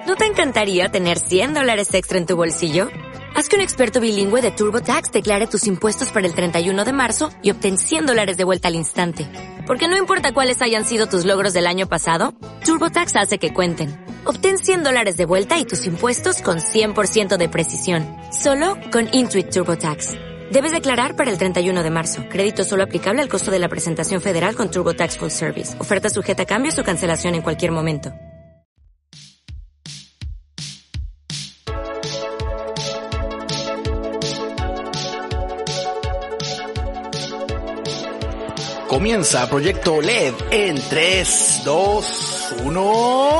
¿No te encantaría tener $100 extra en tu bolsillo? Haz que un experto bilingüe de TurboTax declare tus impuestos para el 31 de marzo y obtén $100 de vuelta al instante. Porque no importa cuáles hayan sido tus logros del año pasado, TurboTax hace que cuenten. Obtén $100 de vuelta y tus impuestos con 100% de precisión. Solo con Intuit TurboTax. Debes declarar para el 31 de marzo. Crédito solo aplicable al costo de la presentación federal con TurboTax Full Service. Oferta sujeta a cambios o cancelación en cualquier momento. Comienza Proyecto LED en 3, 2, 1...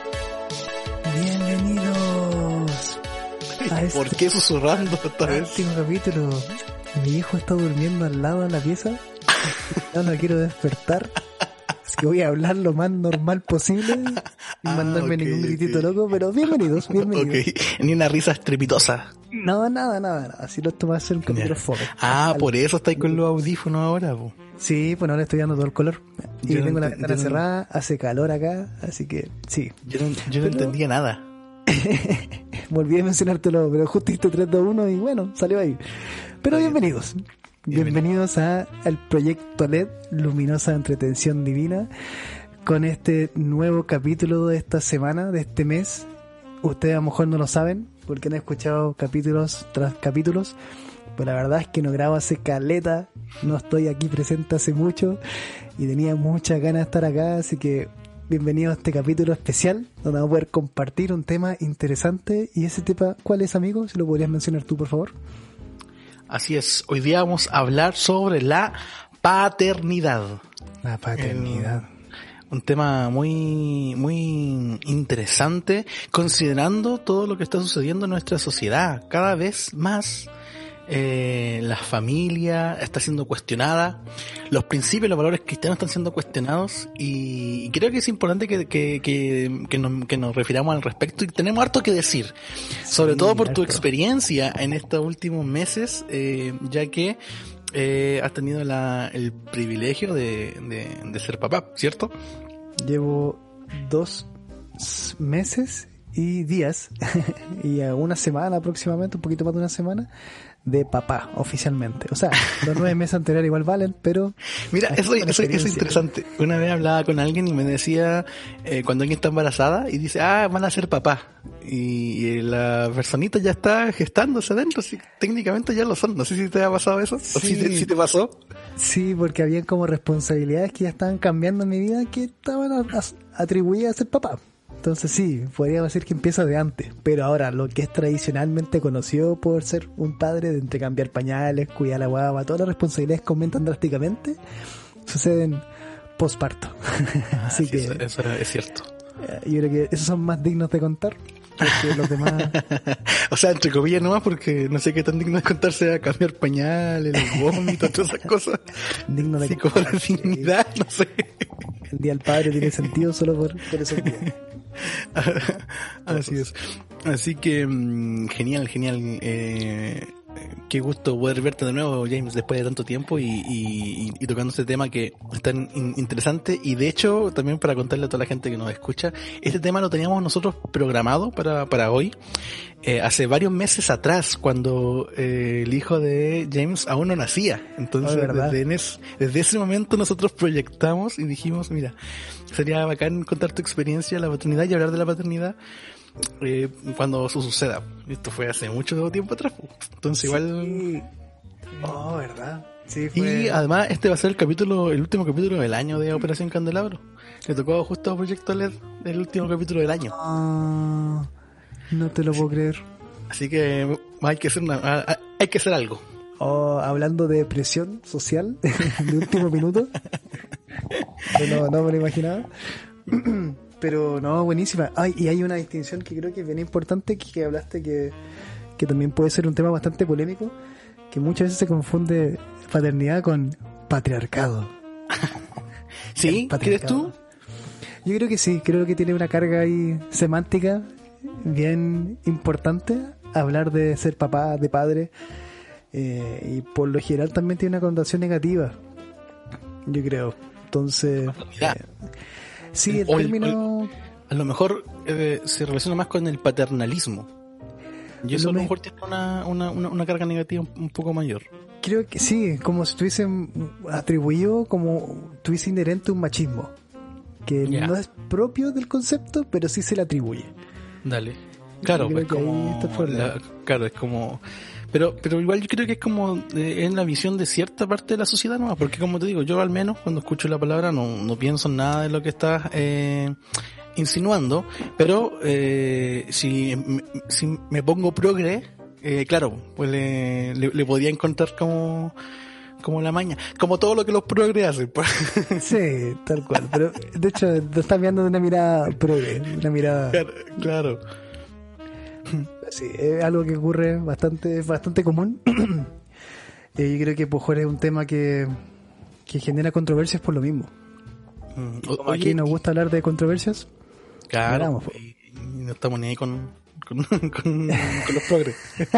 Bienvenidos a este ¿Por qué susurrando esta vez? último capítulo. Mi hijo está durmiendo al lado de la pieza. No lo quiero despertar. Así que voy a hablar lo más normal posible sin mandarme ningún gritito loco, pero bienvenidos. Ok, ni una risa estrepitosa. No, nada. Así lo esto va a ser un capítulo fome. Por eso estáis con los audífonos ahora, po. Sí, pues ahora le estoy dando todo el color. Y Yo tengo no la ventana cerrada, hace calor acá, así que sí. Yo no entendía nada. Me olvidé de mencionártelo, pero justo hiciste 3, 2, 1 y bueno, salió ahí. Pero bienvenidos. Bienvenidos al proyecto LED, Luminosa Entretención Divina, con este nuevo capítulo de esta semana, de este mes. Ustedes a lo mejor no lo saben, porque han escuchado capítulos tras capítulos, pero la verdad es que no grabo hace caleta, no estoy aquí presente hace mucho, y tenía muchas ganas de estar acá, así que bienvenido a este capítulo especial, donde vamos a poder compartir un tema interesante. Y ese tema, ¿cuál es, amigo? Si lo podrías mencionar tú, por favor. Así es, hoy día vamos a hablar sobre la paternidad. La paternidad. Un tema muy interesante, considerando todo lo que está sucediendo en nuestra sociedad. Cada vez más la familia está siendo cuestionada, los principios y los valores cristianos están siendo cuestionados, y creo que es importante que nos refiramos al respecto, y tenemos harto que decir, sobre todo por tu experiencia en estos últimos meses, ya que has tenido el privilegio de ser papá, ¿cierto? Llevo 2 meses y días y una semana aproximadamente, un poquito más de una semana de papá oficialmente. O sea, los 9 meses anteriores igual valen, pero mira, eso es interesante. Una vez hablaba con alguien y me decía, cuando alguien está embarazada y dice, van a ser papá, y la personita ya está gestándose adentro, sí, técnicamente ya lo son. No sé si te ha pasado eso, sí. O si te pasó. Sí, porque habían como responsabilidades que ya estaban cambiando en mi vida, que estaban atribuidas a ser papá. Entonces sí, podríamos decir que empieza de antes, pero ahora lo que es tradicionalmente conocido por ser un padre, de intercambiar pañales, cuidar a la guagua, todas las responsabilidades que aumentan drásticamente, suceden posparto. Así sí, que eso es cierto. Yo creo que esos son más dignos de contar que los demás. O sea, entre comillas nomás, porque no sé qué tan digno de contar sea cambiar pañales, los vómitos, todas esas cosas. Digno de contar. Como la dignidad, no sé. El Día del Padre tiene sentido solo por esos días. Así es. Así que genial. Qué gusto poder verte de nuevo, James, después de tanto tiempo y tocando este tema que es tan interesante. Y de hecho, también para contarle a toda la gente que nos escucha, este tema lo teníamos nosotros programado para hoy, hace varios meses atrás, cuando el hijo de James aún no nacía. Entonces, desde ese momento nosotros proyectamos y dijimos, mira, sería bacán contar tu experiencia, la paternidad, y hablar de la paternidad cuando eso suceda. Esto fue hace mucho tiempo atrás, entonces sí. Igual verdad. Sí, fue... Y además este va a ser el último capítulo del año de Operación Candelabro. Le tocó justo a Proyecto LED el último capítulo del año. No te lo puedo creer. Así que hay que hacer algo. Hablando de presión social de último minuto. No me lo imaginaba. Pero no, buenísima. Y hay una distinción que creo que es bien importante, que hablaste, que también puede ser un tema bastante polémico, que muchas veces se confunde paternidad con patriarcado. ¿Sí? ¿Crees tú? Yo creo que sí, creo que tiene una carga ahí semántica bien importante hablar de ser papá, de padre, y por lo general también tiene una connotación negativa, yo creo. Entonces, sí, el término a lo mejor se relaciona más con el paternalismo. Y eso a lo mejor tiene una carga negativa un poco mayor. Creo que sí, como si tuviesen atribuido, como tuviese inherente un machismo, que no es propio del concepto, pero sí se le atribuye. Dale. Claro, pues como... claro, es como... Pero igual yo creo que es como en la visión de cierta parte de la sociedad, ¿no? Porque como te digo, yo al menos cuando escucho la palabra no pienso en nada de lo que estás insinuando, pero si me pongo progre, claro, pues le podía encontrar como la maña, como todo lo que los progre hacen, pues. Sí, tal cual, pero de hecho lo están viendo de una mirada progre, una mirada... Claro. Sí, es algo que ocurre bastante común. Yo creo que pues, es un tema que genera controversias por lo mismo. Como aquí nos gusta hablar de controversias. Claro, y no estamos ni ahí con los progres.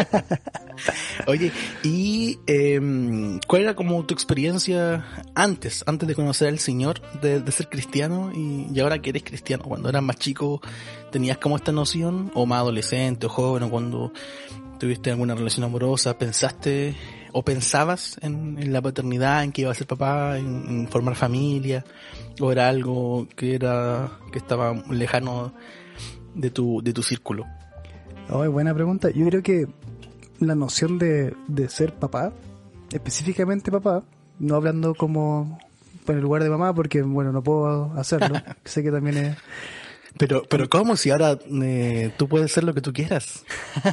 Oye, y ¿cuál era como tu experiencia antes de conocer al Señor, de ser cristiano y ahora que eres cristiano? Cuando eras más chico, ¿tenías como esta noción? ¿O más adolescente o joven, o cuando tuviste alguna relación amorosa, pensaste o pensabas en la paternidad, en que iba a ser papá, en formar familia? ¿O era algo que estaba lejano de tu círculo? Oh, buena pregunta. Yo creo que la noción de ser papá, específicamente papá, no hablando como en el lugar de mamá, porque bueno, no puedo hacerlo. Sé que también es... Pero ¿cómo? Si ahora tú puedes ser lo que tú quieras.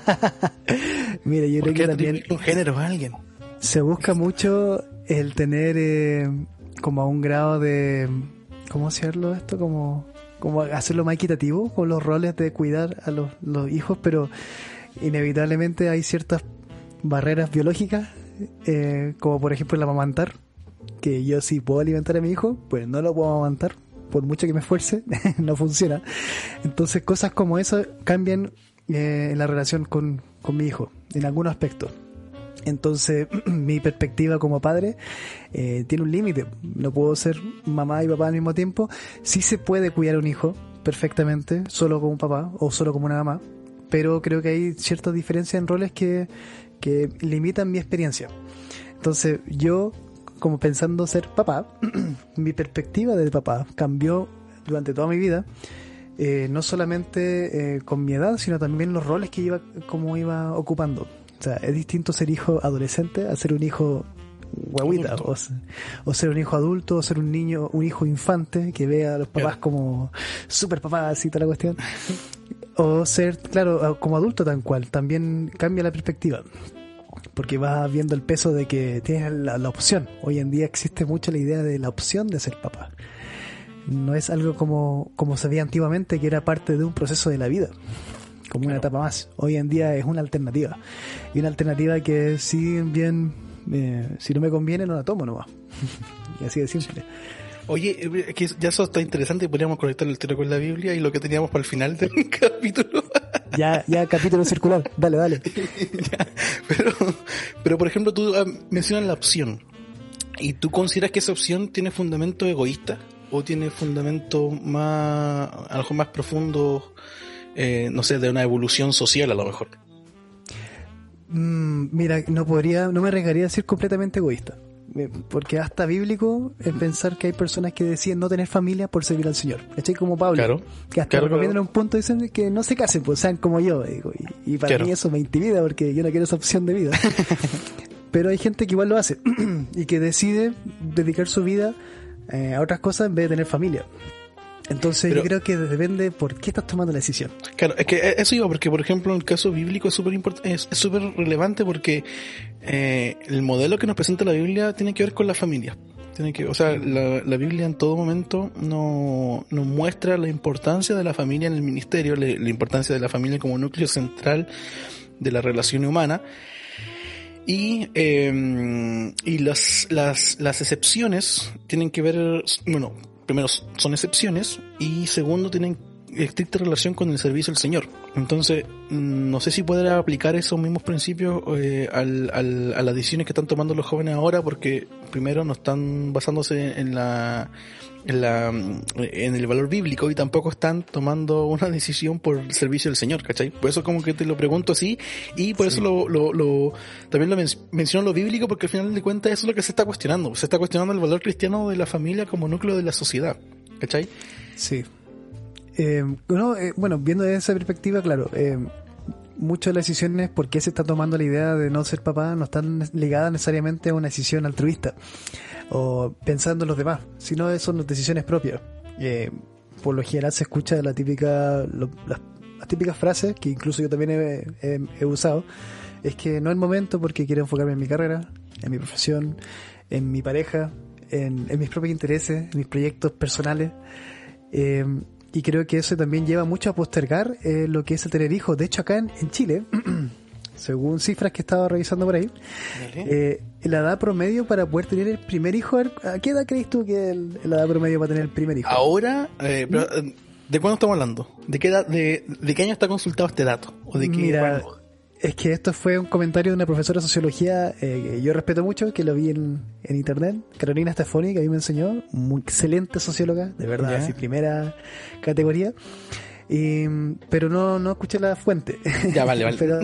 Mira, yo creo que también un género a alguien. Se busca mucho el tener como un grado de... ¿Cómo hacerlo esto? Como hacerlo más equitativo con los roles de cuidar a los hijos, pero inevitablemente hay ciertas barreras biológicas, como por ejemplo el amamantar, que yo si puedo alimentar a mi hijo, pues no lo puedo amamantar, por mucho que me esfuerce, no funciona. Entonces cosas como eso cambian en la relación con mi hijo, en algunos aspectos. Entonces mi perspectiva como padre tiene un límite. No puedo ser mamá y papá al mismo tiempo. Sí se puede cuidar a un hijo perfectamente solo como un papá o solo como una mamá, pero creo que hay ciertas diferencias en roles que limitan mi experiencia. Entonces yo, como pensando ser papá, mi perspectiva de papá cambió durante toda mi vida, no solamente con mi edad, sino también los roles que iba ocupando. O sea, es distinto ser hijo adolescente a ser un hijo guaguita, o ser un hijo adulto, o ser un hijo infante que ve a los papás como super papás y toda la cuestión. O ser, claro, como adulto tal cual, también cambia la perspectiva. Porque vas viendo el peso de que tienes la opción. Hoy en día existe mucho la idea de la opción de ser papá. No es algo como se veía antiguamente, que era parte de un proceso de la vida, como una etapa más. Hoy en día es una alternativa. Y una alternativa que si bien, si no me conviene, no la tomo nomás. Y así de simple. Oye, que ya eso está interesante y podríamos conectar el tiro con la Biblia y lo que teníamos para el final del capítulo. Ya capítulo circular. Dale. Ya, pero por ejemplo, tú mencionas la opción. ¿Y tú consideras que esa opción tiene fundamento egoísta? ¿O tiene fundamento más, a lo mejor más profundo, no sé, de una evolución social a lo mejor? Mira, no me arriesgaría a decir completamente egoísta, porque hasta bíblico es pensar que hay personas que deciden no tener familia por servir al Señor. ¿Cachai? Como Pablo, claro, que hasta recomiendan un punto, dicen que no se casen, pues sean como yo, digo, y para mí eso me intimida porque yo no quiero esa opción de vida. Pero hay gente que igual lo hace y que decide dedicar su vida a otras cosas en vez de tener familia. Entonces yo creo que depende por qué estás tomando la decisión. Claro, es que eso iba porque, por ejemplo, en el caso bíblico es súper relevante porque el modelo que nos presenta la Biblia tiene que ver con la familia. O sea, la Biblia en todo momento nos muestra la importancia de la familia en el ministerio, la importancia de la familia como núcleo central de la relación humana. Y las excepciones tienen que ver, bueno, primero son excepciones y segundo tienen estricta relación con el servicio al Señor. Entonces, no sé si podrá aplicar esos mismos principios a las decisiones que están tomando los jóvenes ahora, porque primero no están basándose en el valor bíblico y tampoco están tomando una decisión por el servicio del Señor, ¿cachai? Por eso como que te lo pregunto así, y por eso también lo menciono lo bíblico, porque al final de cuentas eso es lo que se está cuestionando. Se está cuestionando el valor cristiano de la familia como núcleo de la sociedad, ¿cachai? Sí. Bueno, viendo desde esa perspectiva, claro, muchas de las decisiones, por qué se está tomando la idea de no ser papá, no están ligadas necesariamente a una decisión altruista o pensando en los demás, sino son decisiones propias. Por lo general se escucha las típicas frases, que incluso yo también he usado, es que no es el momento porque quiero enfocarme en mi carrera, en mi profesión, en mi pareja, en mis propios intereses, en mis proyectos personales. Y creo que eso también lleva mucho a postergar lo que es el tener hijos. De hecho, acá en Chile, según cifras que estaba revisando por ahí, la edad promedio para poder tener el primer hijo, ¿a qué edad crees tú que es la edad promedio para tener el primer hijo? Ahora, pero, ¿de cuándo estamos hablando? ¿De qué edad, de qué año está consultado este dato? ¿O de qué? Mira, es que esto fue un comentario de una profesora de sociología que yo respeto mucho, que lo vi en internet, Carolina Stefani, que a mí me enseñó, muy excelente socióloga, de verdad, así, primera categoría. Pero no escuché la fuente. Ya, vale. pero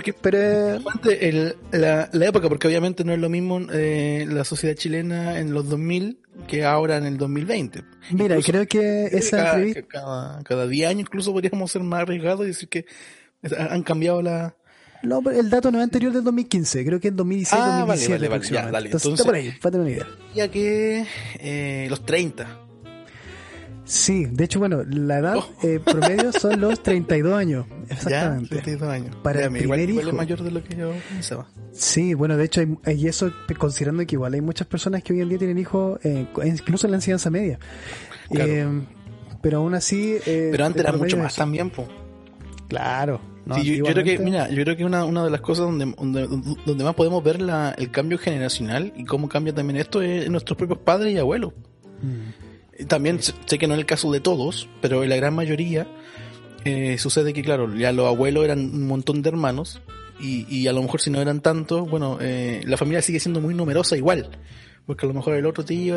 la época, porque obviamente no es lo mismo la sociedad chilena en los 2000 que ahora en el 2020. Mira, incluso, creo que esa entrevista... Cada 10 años incluso podríamos ser más arriesgados y decir que han cambiado la... No, pero el dato no es anterior del 2015, creo que en 2016, 2017. Vale, ya, dale. Entonces está por ahí, para tener una idea. Ya que los 30. Sí, de hecho, bueno, la edad promedio son los 32 años. Exactamente. Ya, 32 años. Para el primer hijo. Igual es mayor de lo que yo pensaba. Sí, bueno, de hecho, hay eso considerando que igual hay muchas personas que hoy en día tienen hijos, incluso en la enseñanza media. Claro. Pero aún así... pero antes era mucho más también, po. Claro. No, sí, yo creo que una de las cosas donde más podemos ver el cambio generacional y cómo cambia también esto es en nuestros propios padres y abuelos. También sé que no es el caso de todos, pero en la gran mayoría sucede que, claro, ya los abuelos eran un montón de hermanos y a lo mejor si no eran tantos, bueno, la familia sigue siendo muy numerosa igual, porque a lo mejor el otro tío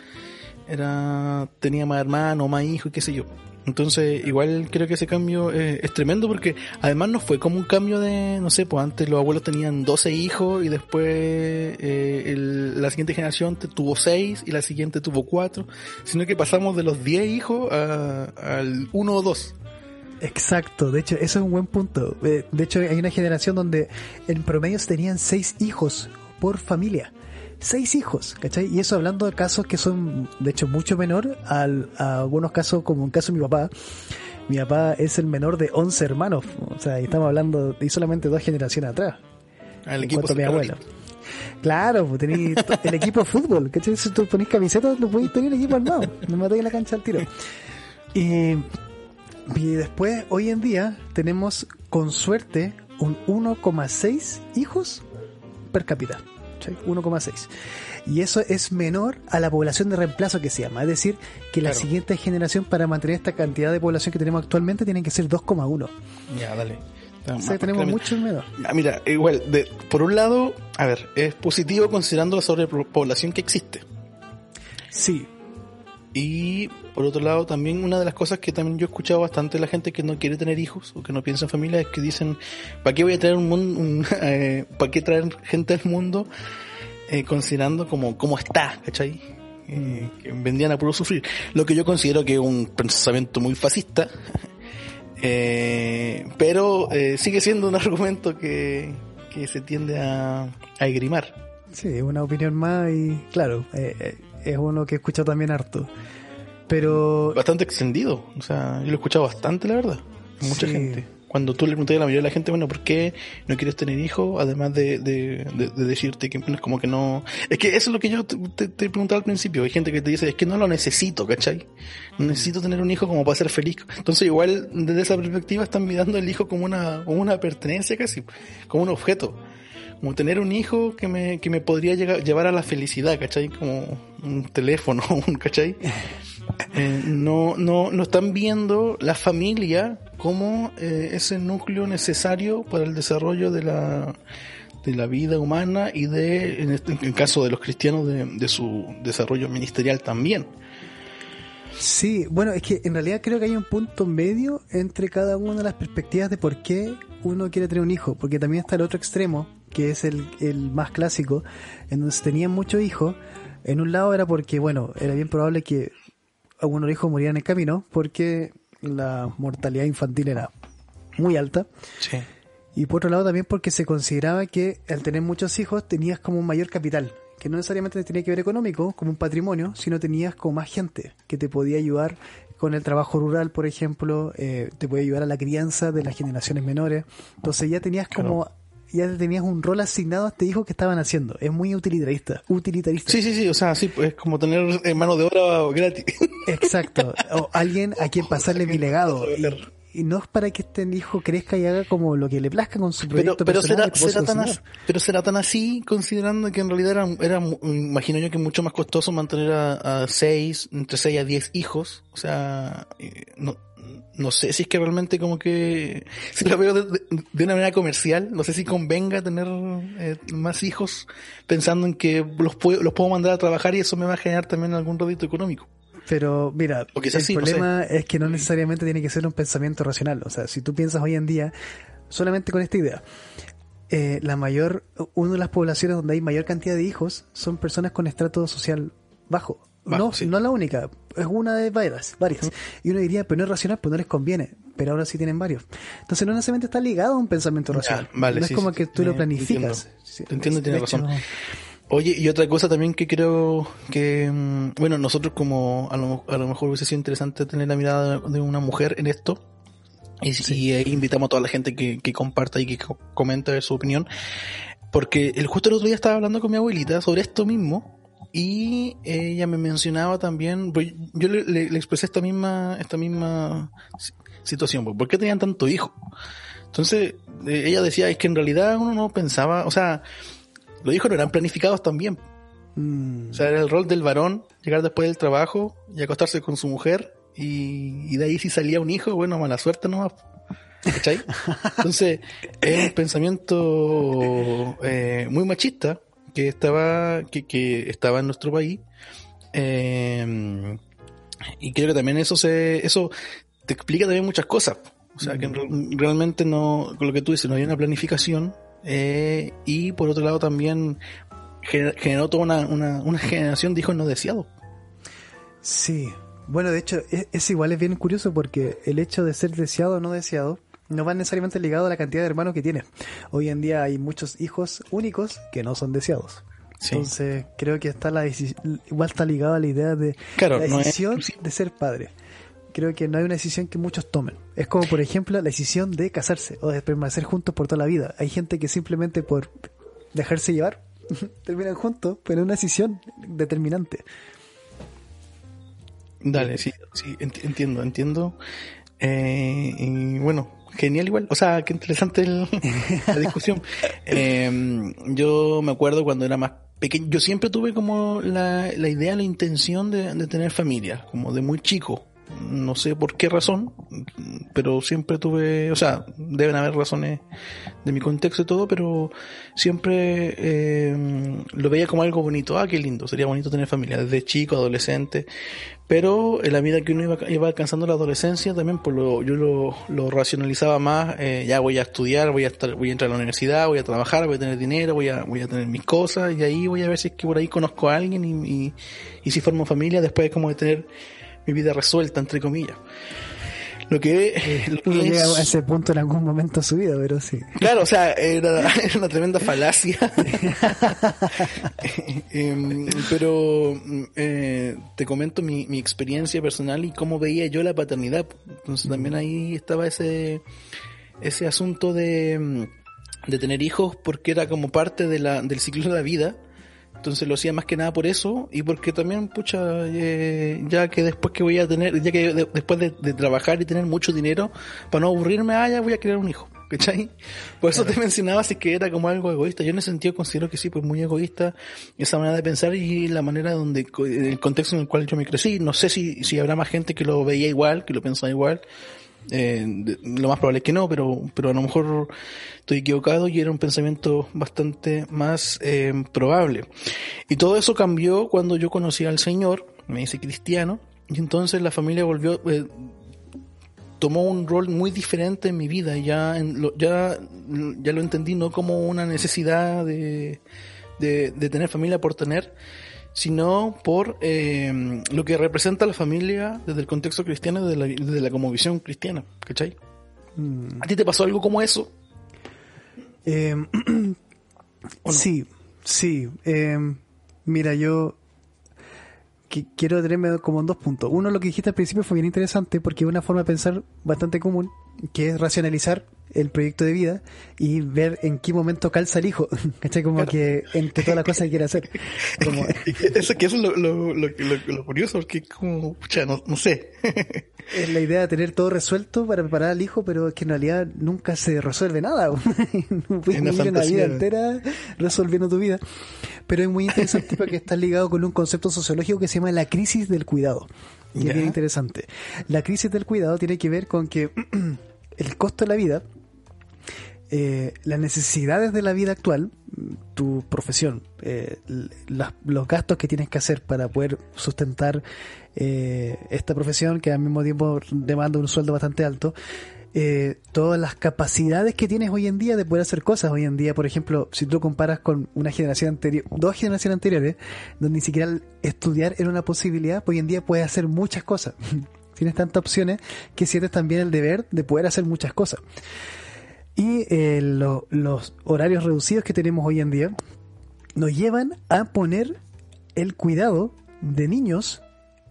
tenía más hermanos, más hijos, qué sé yo. Entonces, igual creo que ese cambio es tremendo, porque además no fue como un cambio de, no sé, pues antes los abuelos tenían 12 hijos y después la siguiente generación tuvo 6 y la siguiente tuvo 4, sino que pasamos de los 10 hijos al 1 o 2. Exacto, de hecho, eso es un buen punto. De hecho, hay una generación donde en promedio se tenían 6 hijos por familia. 6 hijos, ¿cachai? Y eso hablando de casos que son, de hecho, mucho menor a algunos casos, como el caso de mi papá. Mi papá es el menor de 11 hermanos, o sea, y estamos hablando de solamente 2 generaciones atrás. El equipo de mi abuela. Claro, pues tenéis el equipo de fútbol, ¿cachai? Si tú ponés camisetas, lo podéis tener el equipo armado, no me matéis en la cancha al tiro. Y después, hoy en día, tenemos con suerte un 1,6 hijos per cápita. 1,6. Y eso es menor a la población de reemplazo que se llama. Es decir, que la siguiente generación, para mantener esta cantidad de población que tenemos actualmente, tienen que ser 2,1. Ya, dale. O sea, tenemos mucho menos. Mira, igual, por un lado, a ver, es positivo considerando la sobrepoblación que existe. Sí. Y por otro lado, también una de las cosas que también yo he escuchado bastante de la gente que no quiere tener hijos o que no piensa en familia es que dicen, ¿para qué voy a traer ¿para qué traer gente al mundo considerando cómo está, ¿cachai? Que vendían a puro sufrir. Lo que yo considero que es un pensamiento muy fascista, pero sigue siendo un argumento que se tiende a esgrimar. Sí, es una opinión más y claro, es uno que he escuchado también harto. Pero... bastante extendido, o sea, yo lo he escuchado bastante, la verdad. Mucha gente. Cuando tú le preguntas a la mayoría de la gente, bueno, ¿por qué no quieres tener hijos? Además de decirte que es como que no... Es que eso es lo que yo te preguntaba al principio. Hay gente que te dice, es que no lo necesito, ¿cachai? No necesito tener un hijo como para ser feliz. Entonces igual, desde esa perspectiva, están mirando el hijo como una pertenencia casi, como un objeto. Como tener un hijo que me podría llevar a la felicidad, ¿cachai? Como un teléfono, ¿cachai? no están viendo la familia como ese núcleo necesario para el desarrollo de la vida humana y en el caso de los cristianos de su desarrollo ministerial también. Sí, bueno, es que en realidad creo que hay un punto medio entre cada una de las perspectivas de por qué uno quiere tener un hijo, porque también está el otro extremo, que es el más clásico, en donde se tenían muchos hijos. En un lado era porque, bueno, era bien probable que algunos hijos murieran en el camino, porque la mortalidad infantil era muy alta. Sí. Y por otro lado también porque se consideraba que al tener muchos hijos tenías como un mayor capital, que no necesariamente tenía que ver económico, como un patrimonio, sino tenías como más gente que te podía ayudar con el trabajo rural, por ejemplo, te podía ayudar a la crianza de las generaciones menores. Entonces ya tenías como, ya tenías un rol asignado a este hijo que estaban haciendo. Es muy utilitarista. Sí, o sea, sí, pues es como tener mano de obra gratis. Exacto, o alguien a quien pasarle mi legado. Y no es para que este hijo crezca y haga como lo que le plazca con su proyecto personal. Pero será tan así, considerando que en realidad era imagino yo que mucho más costoso mantener a entre 6 a 10 hijos. O sea, no sé si es que realmente como que, si lo veo de una manera comercial, no sé si convenga tener más hijos pensando en que los puedo mandar a trabajar y eso me va a generar también algún rédito económico. Pero mira, el problema es que no necesariamente tiene que ser un pensamiento racional. O sea, si tú piensas hoy en día, solamente con esta idea, una de las poblaciones donde hay mayor cantidad de hijos son personas con estrato social bajo. No la única, es una de varias. Y uno diría, pero no es racional, pues no les conviene. Pero ahora sí tienen varios. Entonces no necesariamente está ligado a un pensamiento racional. No es como que tú lo planificas. Entiendo, tienes razón. Oye, y otra cosa también que creo que, bueno, nosotros como a lo mejor hubiese sido interesante tener la mirada de una mujer en esto, y invitamos a toda la gente que comparta y que comente su opinión, porque justo el otro día estaba hablando con mi abuelita sobre esto mismo, y ella me mencionaba también, pues yo le expresé esta misma situación, ¿por qué tenían tanto hijo? Entonces, ella decía, es que en realidad uno no pensaba, o sea, los hijos no eran planificados también. O sea, era el rol del varón llegar después del trabajo y acostarse con su mujer, y de ahí si salía un hijo, bueno, mala suerte nomás. ¿Cachai? Entonces, es un pensamiento muy machista que estaba en nuestro país. Y creo que también eso te explica también muchas cosas. O sea, que realmente no, con lo que tú dices, no había una planificación. Y por otro lado también generó toda una generación de hijos no deseados. Sí, bueno, de hecho es igual, es bien curioso porque el hecho de ser deseado o no deseado no va necesariamente ligado a la cantidad de hermanos que tienes. Hoy en día hay muchos hijos únicos que no son deseados. Sí. Entonces creo que igual está ligado a la idea de la decisión de ser padre. Creo que no hay una decisión que muchos tomen. Es como, por ejemplo, la decisión de casarse o de permanecer juntos por toda la vida. Hay gente que simplemente por dejarse llevar terminan juntos, pero es una decisión determinante. Dale, sí, entiendo. Y bueno, genial igual. O sea, qué interesante la discusión. Yo me acuerdo cuando era más pequeño, yo siempre tuve como la idea, la intención de tener familia, como de muy chico. No sé por qué razón, pero siempre tuve, o sea, deben haber razones de mi contexto y todo, pero siempre lo veía como algo bonito. Qué lindo, sería bonito tener familia desde chico, adolescente. Pero en la medida que uno iba alcanzando la adolescencia también, pues yo lo racionalizaba más. Ya voy a estudiar, voy a entrar a la universidad, voy a trabajar, voy a tener dinero, voy a tener mis cosas, y ahí voy a ver si es que por ahí conozco a alguien y si formo familia después como de tener mi vida resuelta, entre comillas. Lo que llega a ese punto en algún momento de su vida, pero sí. Claro, o sea, era una tremenda falacia. Pero te comento mi experiencia personal y cómo veía yo la paternidad. Entonces también ahí estaba ese asunto de tener hijos, porque era como parte del ciclo de la vida. Entonces lo hacía más que nada por eso, y porque también, ya que después que voy a tener, ya que después de trabajar y tener mucho dinero, para no aburrirme, ya voy a crear un hijo. ¿cachai? Por eso te mencionaba si que era como algo egoísta. Yo en ese sentido considero que sí, pues muy egoísta esa manera de pensar y la manera donde, el contexto en el cual yo me crecí. No sé si habrá más gente que lo veía igual, que lo pensaba igual. Lo más probable es que no, pero a lo mejor estoy equivocado y era un pensamiento bastante más probable. Y todo eso cambió cuando yo conocí al Señor, me hice cristiano, y entonces la familia volvió, tomó un rol muy diferente en mi vida. Ya lo entendí no como una necesidad de tener familia por tener, sino por lo que representa la familia desde el contexto cristiano, desde la cosmovisión cristiana, ¿cachai? ¿A ti te pasó algo como eso? No? Sí. Mira, yo quiero detenerme como en 2 puntos. Uno, lo que dijiste al principio fue bien interesante porque es una forma de pensar bastante común, que es racionalizar el proyecto de vida y ver en qué momento calza el hijo, ¿cachai? Como Claro. que entre todas las cosas que quiere hacer. Como, Eso es lo curioso, porque como, pucha, no sé. es la idea de tener todo resuelto para preparar al hijo, pero es que en realidad nunca se resuelve nada. No puedes Una vivir una vida fantasía. entera resolviendo tu vida. Pero es muy interesante porque está ligado con un concepto sociológico que se llama la crisis del cuidado. Y Ya. es bien interesante. La crisis del cuidado tiene que ver con que el costo de la vida, las necesidades de la vida actual, tu profesión, los gastos que tienes que hacer para poder sustentar esta profesión, que al mismo tiempo demanda un sueldo bastante alto, todas las capacidades que tienes hoy en día de poder hacer cosas. Hoy en día, por ejemplo, si tú comparas con una generación anterior, 2 generaciones anteriores, donde ni siquiera estudiar era una posibilidad, hoy en día puedes hacer muchas cosas. Tienes tantas opciones que sientes también el deber de poder hacer muchas cosas. Y los horarios reducidos que tenemos hoy en día nos llevan a poner el cuidado de niños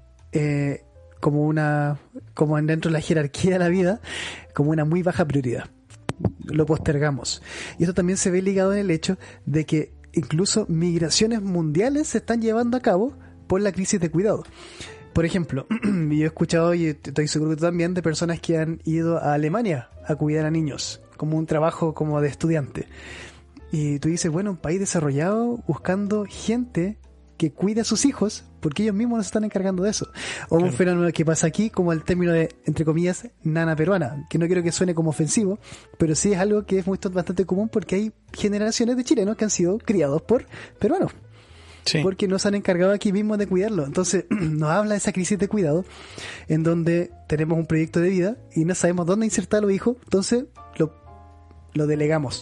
como dentro de la jerarquía de la vida, como una muy baja prioridad. Lo postergamos. Y esto también se ve ligado en el hecho de que incluso migraciones mundiales se están llevando a cabo por la crisis de cuidado. Por ejemplo, yo he escuchado, y estoy seguro que tú también, de personas que han ido a Alemania a cuidar a niños, como un trabajo como de estudiante. Y tú dices, bueno, un país desarrollado buscando gente que cuide a sus hijos, porque ellos mismos nos están encargando de eso. O Claro. un fenómeno que pasa aquí, como el término de, entre comillas, nana peruana, que no quiero que suene como ofensivo, pero sí es algo que es bastante común porque hay generaciones de chilenos que han sido criados por peruanos. Sí. Porque nos han encargado aquí mismo de cuidarlo. Entonces nos habla de esa crisis de cuidado en donde tenemos un proyecto de vida y no sabemos dónde insertar a los hijos, entonces lo delegamos,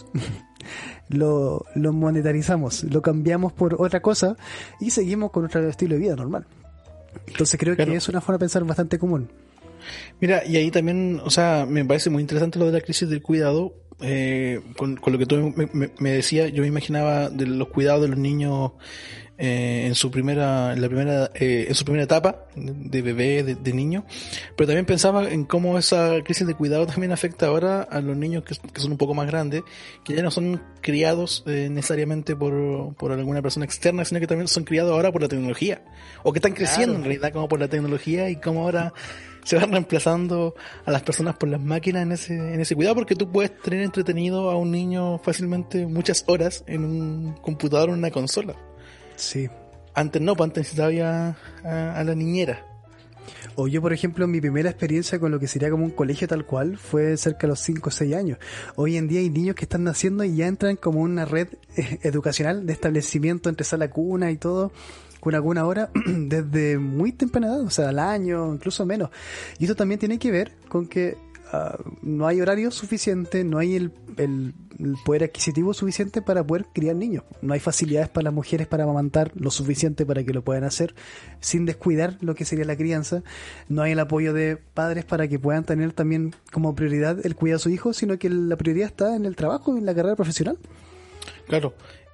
lo monetarizamos, lo cambiamos por otra cosa y seguimos con nuestro estilo de vida normal. Entonces creo Claro. que es una forma de pensar bastante común. Mira, y ahí también, o sea, me parece muy interesante lo de la crisis del cuidado. Con lo que tú me decías, yo me imaginaba de los cuidados de los niños en su primera etapa de bebé, de niño, pero también pensaba en cómo esa crisis de cuidado también afecta ahora a los niños que son un poco más grandes, que ya no son criados necesariamente por alguna persona externa, sino que también son criados ahora por la tecnología, o que están creciendo en realidad como por la tecnología, y cómo ahora se van reemplazando a las personas por las máquinas en ese cuidado, porque tú puedes tener entretenido a un niño fácilmente muchas horas en un computador o en una consola. Sí. Antes no, pues antes necesitaba a la niñera. O yo, por ejemplo, mi primera experiencia con lo que sería como un colegio tal cual fue cerca de los 5 o 6 años. Hoy en día hay niños que están naciendo y ya entran como una red educacional de establecimiento entre sala cuna y todo, cuna ahora, desde muy temprana edad, o sea, al año, incluso menos. Y esto también tiene que ver con que no hay horario suficiente, no hay el poder adquisitivo suficiente para poder criar niños. No hay facilidades para las mujeres para amamantar lo suficiente para que lo puedan hacer sin descuidar lo que sería la crianza. No hay el apoyo de padres para que puedan tener también como prioridad el cuidado de su hijo, sino que la prioridad está en el trabajo y en la carrera profesional. Claro.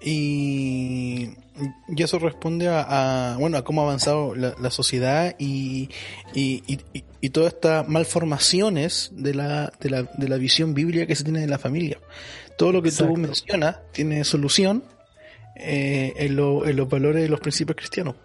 Y eso responde a cómo ha avanzado la sociedad y todas estas malformaciones de la visión bíblica que se tiene de la familia. Todo lo que Exacto. tú mencionas tiene solución en los valores y los principios cristianos.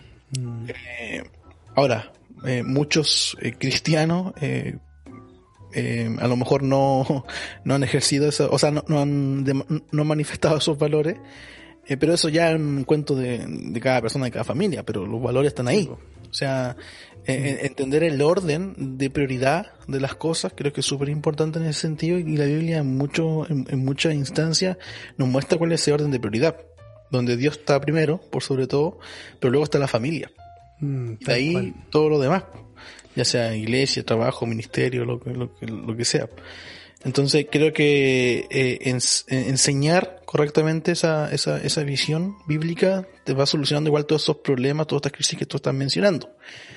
Ahora, muchos cristianos a lo mejor no han ejercido eso, o sea, no han manifestado esos valores, pero eso ya es un cuento de cada persona, de cada familia, pero los valores están ahí. O sea, entender el orden de prioridad de las cosas creo que es súper importante en ese sentido, y la Biblia en muchas instancias nos muestra cuál es ese orden de prioridad, donde Dios está primero, por sobre todo, pero luego está la familia. De ahí todo lo demás, ya sea iglesia, trabajo, ministerio, lo que sea. Entonces creo que enseñar correctamente esa visión bíblica te va solucionando igual todos esos problemas, todas estas crisis que tú estás mencionando.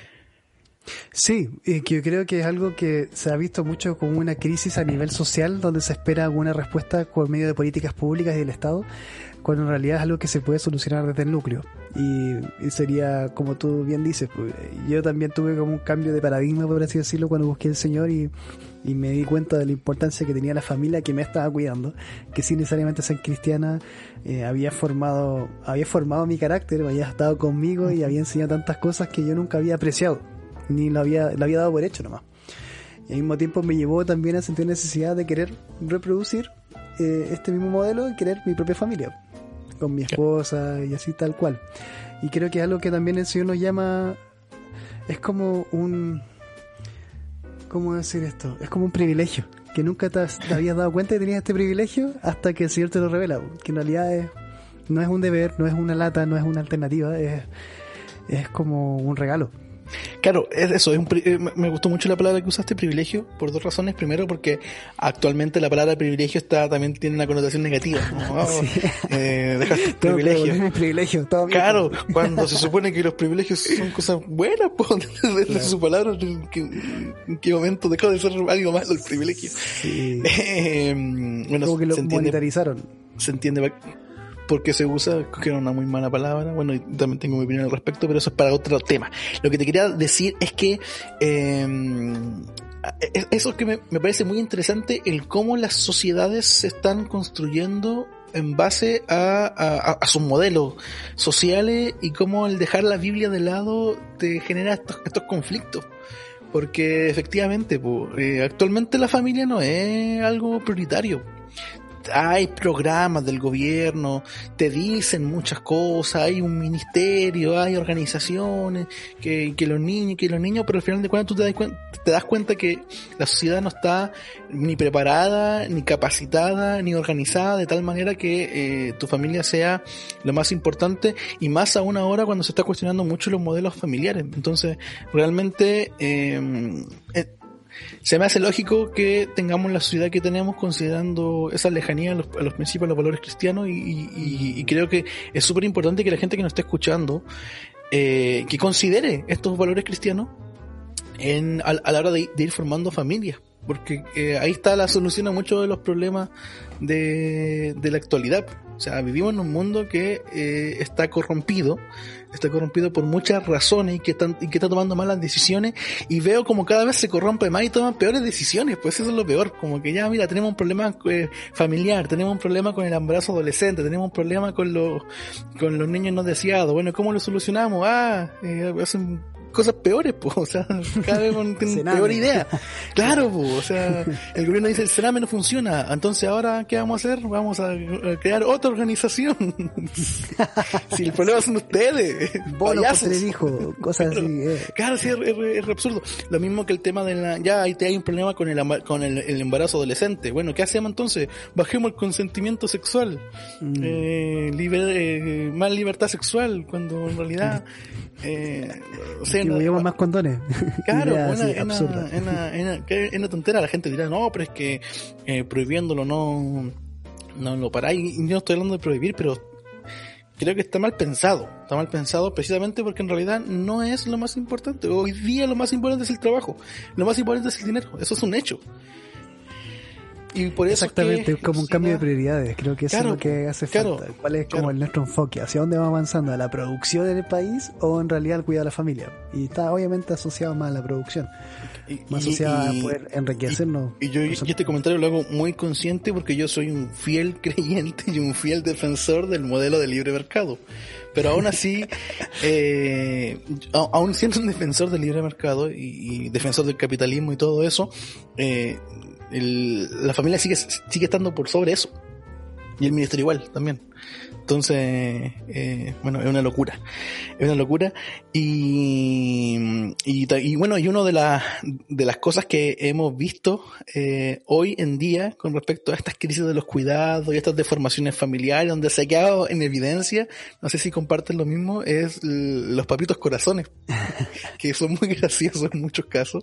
Sí, que yo creo que es algo que se ha visto mucho como una crisis a nivel social, donde se espera alguna respuesta por medio de políticas públicas y del Estado, cuando en realidad es algo que se puede solucionar desde el núcleo. Y sería, como tú bien dices, pues, yo también tuve como un cambio de paradigma, por así decirlo, cuando busqué al Señor y me di cuenta de la importancia que tenía la familia que me estaba cuidando, que sin necesariamente ser cristiana, había formado mi carácter, había estado conmigo y había enseñado tantas cosas que yo nunca había apreciado, ni lo había dado por hecho nomás. Y al mismo tiempo me llevó también a sentir necesidad de querer reproducir este mismo modelo y querer mi propia familia, con mi esposa y así tal cual. Y creo que es algo que también el Señor nos llama, es como un... ¿Cómo decir esto? Es como un privilegio, que nunca te habías dado cuenta que tenías este privilegio hasta que el Señor te lo revela, que en realidad no es un deber, no es una lata, no es una alternativa, es como un regalo. Claro, es eso, me gustó mucho la palabra que usaste, privilegio, por dos razones. Primero, porque actualmente la palabra privilegio también tiene una connotación negativa, ¿no? Sí. Dejaste privilegio. Claro, cuando se supone que los privilegios son cosas buenas, pues, desde claro. Su palabra, ¿en qué momento dejó de ser algo malo el privilegio? Sí. Bueno, como que lo monetarizaron. Se entiende porque se usa, que era una muy mala palabra. Bueno, y también tengo mi opinión al respecto, pero eso es para otro tema. Lo que te quería decir es que eso que me parece muy interesante, el cómo las sociedades se están construyendo en base a sus modelos sociales, y cómo el dejar la Biblia de lado te genera estos conflictos. Porque efectivamente, actualmente la familia no es algo prioritario. Hay programas del gobierno, te dicen muchas cosas, hay un ministerio, hay organizaciones que los niños, pero al final de cuentas tú te das cuenta que la sociedad no está ni preparada, ni capacitada, ni organizada de tal manera que tu familia sea lo más importante, y más aún ahora cuando se está cuestionando mucho los modelos familiares. Entonces realmente se me hace lógico que tengamos la sociedad que tenemos, considerando esa lejanía a los principios, a los valores cristianos, y creo que es súper importante que la gente que nos esté escuchando que considere estos valores cristianos a la hora de ir formando familias, porque ahí está la solución a muchos de los problemas de la actualidad. O sea, vivimos en un mundo que está corrompido por muchas razones, y que está tomando malas decisiones, y veo como cada vez se corrompe más y toman peores decisiones. Pues eso es lo peor, como que ya, mira, tenemos un problema familiar, tenemos un problema con el embarazo adolescente, tenemos un problema con los niños no deseados. Bueno, ¿cómo lo solucionamos? Hacen cosas peores, pues, o sea, cada vez con peor idea. Claro, pues, o sea, el gobierno dice el Sename no funciona, entonces ahora ¿qué vamos a hacer? Vamos a crear otra organización. Si el problema son ustedes, bono por el hijo, cosas así. Claro, sí, es absurdo. Lo mismo que el tema de ya ahí hay un problema con el embarazo adolescente. Bueno, ¿qué hacemos entonces? Bajemos el consentimiento sexual, más libertad sexual, cuando en realidad o sea, llevamos más condones. Claro, es una tontera. La gente dirá, no, pero es que prohibiéndolo no lo paráis. Yo no estoy hablando de prohibir, pero creo que está mal pensado precisamente porque en realidad no es lo más importante. Hoy día lo más importante es el trabajo, lo más importante es el dinero, eso es un hecho. Y por eso exactamente, es como un cambio de da- prioridades. Creo que eso Claro, es lo que hace claro, falta. ¿Cuál es como claro. nuestro enfoque? ¿Hacia dónde vamos avanzando? ¿A la producción en el país o en realidad al cuidado de la familia? Y está obviamente asociado más a la producción, más asociado a poder enriquecernos. Y este comentario lo hago muy consciente porque yo soy un fiel creyente y un fiel defensor del modelo de libre mercado. Pero aún así, aún siendo un defensor del libre mercado y defensor del capitalismo y todo eso, la familia sigue estando por sobre eso. Y el ministerio igual también. Entonces, bueno, es una locura. Es una locura. Y bueno, y una de las cosas que hemos visto hoy en día con respecto a estas crisis de los cuidados y estas deformaciones familiares, donde se ha quedado en evidencia, no sé si comparten lo mismo, es los papitos corazones, que son muy graciosos en muchos casos.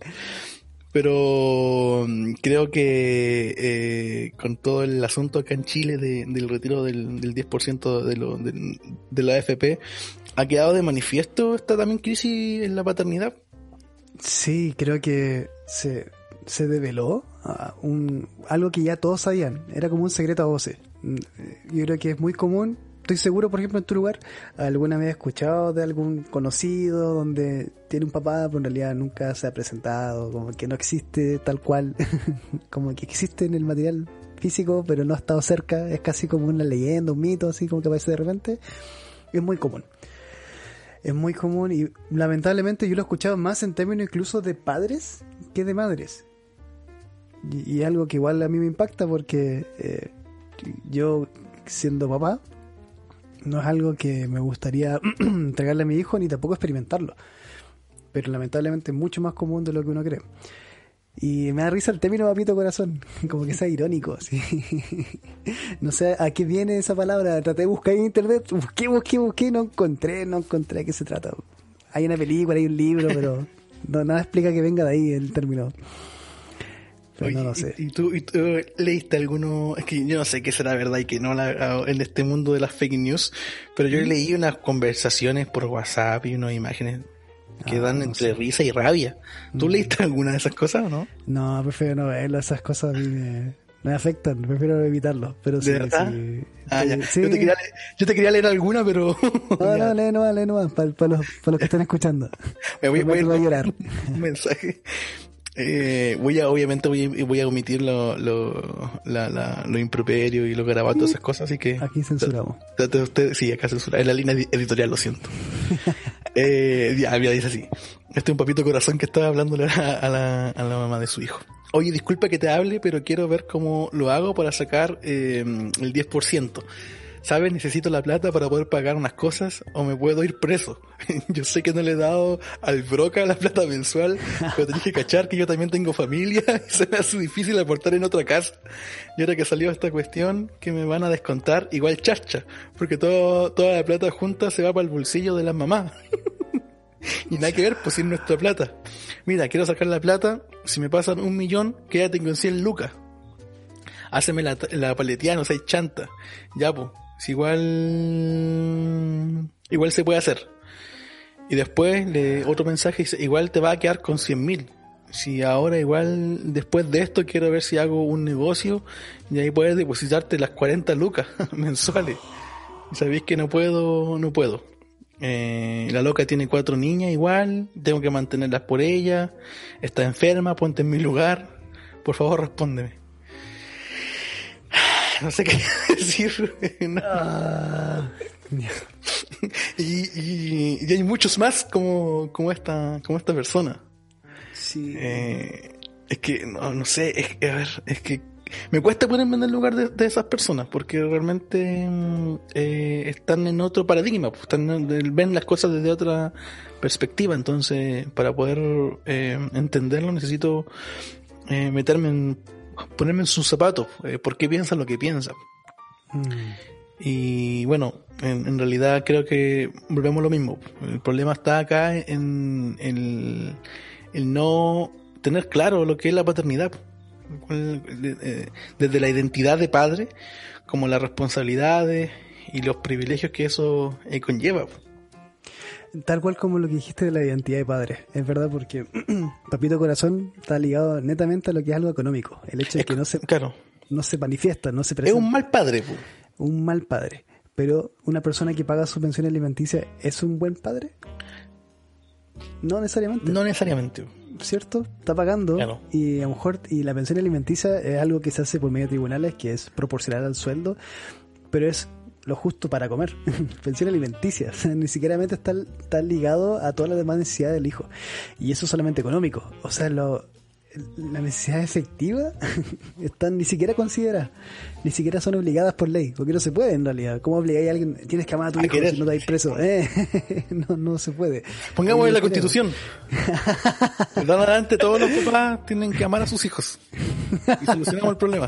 Pero creo que con todo el asunto acá en Chile del retiro del 10% de la AFP, ha quedado de manifiesto esta también crisis en la paternidad. Sí, creo que se develó algo que ya todos sabían. Era como un secreto a voces. Yo creo que es muy común. Estoy seguro, por ejemplo, en tu lugar, alguna vez he escuchado de algún conocido donde tiene un papá, pero en realidad nunca se ha presentado, como que no existe tal cual, como que existe en el material físico, pero no ha estado cerca, es casi como una leyenda, un mito, así como que aparece de repente. Es muy común. Es muy común y lamentablemente yo lo he escuchado más en términos incluso de padres que de madres. Y algo que igual a mí me impacta porque yo, siendo papá, no es algo que me gustaría entregarle a mi hijo ni tampoco experimentarlo. Pero lamentablemente es mucho más común de lo que uno cree. Y me da risa el término papito corazón, como que sea irónico, ¿sí? No sé a qué viene esa palabra. Traté de buscar en internet, busqué, no encontré a qué se trata. Hay una película, hay un libro, pero nada explica que venga de ahí el término. Pero Oye, no lo sé. ¿Y tú leíste alguno? Es que yo no sé qué será verdad y qué no en este mundo de las fake news, pero yo leí unas conversaciones por WhatsApp y unas imágenes que dan no entre sé. risa y rabia. ¿Tú leíste alguna de esas cosas o no? No, prefiero no verlo. Esas cosas a mí me afectan. Prefiero evitarlo. Pero ¿De sí, verdad? sí. Ya. Sí. Yo te quería leer alguna, pero... No, lee nomás, para los que están escuchando. Me voy a llorar. un mensaje. Obviamente voy a omitir lo improperio y lo garabato, esas cosas, así que... Aquí censuramos. Trate usted, sí, acá censura. Es la línea editorial, lo siento. Ya, dice así. Este es un papito corazón que estaba hablándole a la mamá de su hijo. Oye, disculpa que te hable, pero quiero ver cómo lo hago para sacar el 10%. ¿Sabes? Necesito la plata para poder pagar unas cosas o me puedo ir preso. Yo sé que no le he dado al broca la plata mensual, pero tenés que cachar que yo también tengo familia y se me hace difícil aportar en otra casa. Y ahora que salió esta cuestión, que me van a descontar, igual chacha, porque toda la plata junta se va para el bolsillo de las mamás. Y nada que ver, pues sin nuestra plata. Mira, quiero sacar la plata, si me pasan 1 millón, quédate con 100 lucas. Háceme la paleteada, no seas chanta. Ya, pues. Si igual se puede hacer. Y después otro mensaje dice, igual te va a quedar con 100.000. Si ahora igual después de esto quiero ver si hago un negocio y ahí puedes depositarte las 40 lucas mensuales. Y sabéis que no puedo. La loca tiene 4 niñas igual, tengo que mantenerlas por ella, está enferma, ponte en mi lugar, por favor respóndeme. No sé qué decir. No. Y hay muchos más como esta persona. Sí. Es que no sé, es que me cuesta ponerme en el lugar de esas personas porque realmente están en otro paradigma, pues, ven las cosas desde otra perspectiva. Entonces, para poder entenderlo necesito ponerme en sus zapatos, por qué piensan lo que piensan. Y bueno, en realidad creo que volvemos a lo mismo. El problema está acá en el no tener claro lo que es la paternidad, desde la identidad de padre, como las responsabilidades y los privilegios que eso conlleva. Tal cual como lo que dijiste de la identidad de padre, es verdad, porque Papito Corazón está ligado netamente a lo que es algo económico, el hecho de que no se... Claro. no se manifiesta, no se presenta. Es un mal padre, po. Un mal padre. Pero una persona que paga su pensión alimenticia, ¿es un buen padre? No necesariamente. No necesariamente. ¿Cierto? Está pagando, claro. Y a lo mejor la pensión alimenticia es algo que se hace por medio de tribunales, que es proporcional al sueldo, pero es lo justo para comer. Pensión alimenticia, o sea, ni siquiera está ligado a todas las demás necesidades del hijo, y eso es solamente económico. O sea, la necesidad efectiva están ni siquiera consideradas, ni siquiera son obligadas por ley, porque no se puede en realidad. ¿Cómo obligáis a alguien? Tienes que amar a tu hijo querer. Si no te vais preso. No se puede. Pongamos en la Constitución. De en adelante todos los papás tienen que amar a sus hijos y solucionamos el problema.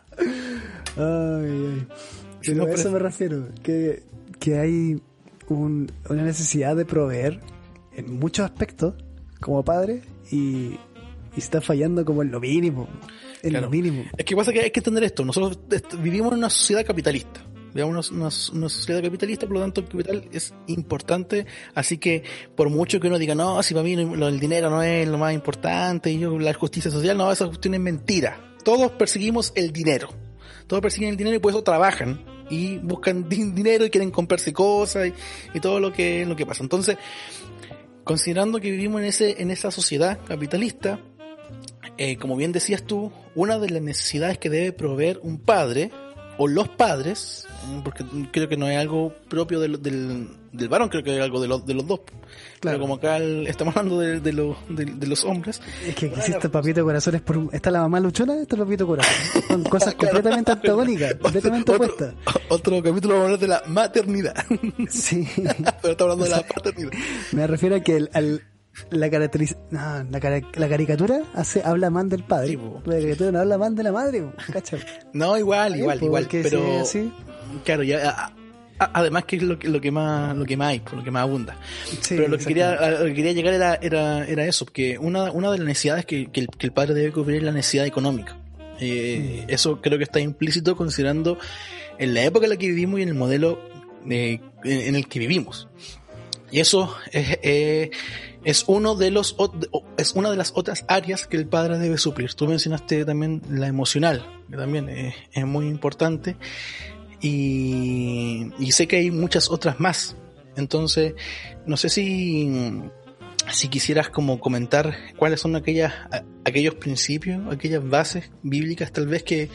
Ay. Pero a eso me refiero, que hay una necesidad de proveer en muchos aspectos como padre, y se está fallando como en lo mínimo. Lo mínimo. Es que pasa que hay que entender esto. Nosotros vivimos en una sociedad capitalista. Vivimos una sociedad capitalista, por lo tanto el capital es importante. Así que por mucho que uno diga, no, si para mí el dinero no es lo más importante, y la justicia social, no, esa cuestión es mentira. Todos perseguimos el dinero. Todos persiguen el dinero y por eso trabajan y buscan dinero y quieren comprarse cosas y todo lo que pasa. Entonces, considerando que vivimos en esa sociedad capitalista, como bien decías tú, una de las necesidades que debe proveer un padre o los padres, porque creo que no es algo propio del varón, creo que es algo de los dos. Claro. Pero como acá estamos hablando de los hombres. Es que existe papito corazón, está la mamá luchona, está el papito corazón. Son cosas completamente antagónicas, completamente opuestas. Otro capítulo vamos a hablar de la maternidad. Sí. Pero estamos hablando de la paternidad. Me refiero a que la caricatura habla mal del padre. Sí, la caricatura no habla mal de la madre, ¿cachai? No, igual, pero así. Claro, ya además que es lo que más hay, por lo que más abunda. Sí, pero lo que quería llegar era eso, porque una de las necesidades que el padre debe cubrir es la necesidad económica. Eso creo que está implícito considerando en la época en la que vivimos y en el modelo en el que vivimos. Y eso es una de las otras áreas que el padre debe suplir. Tú mencionaste también la emocional, que también es muy importante, y sé que hay muchas otras más. Entonces, no sé si quisieras como comentar cuáles son aquellos principios, aquellas bases bíblicas tal vez que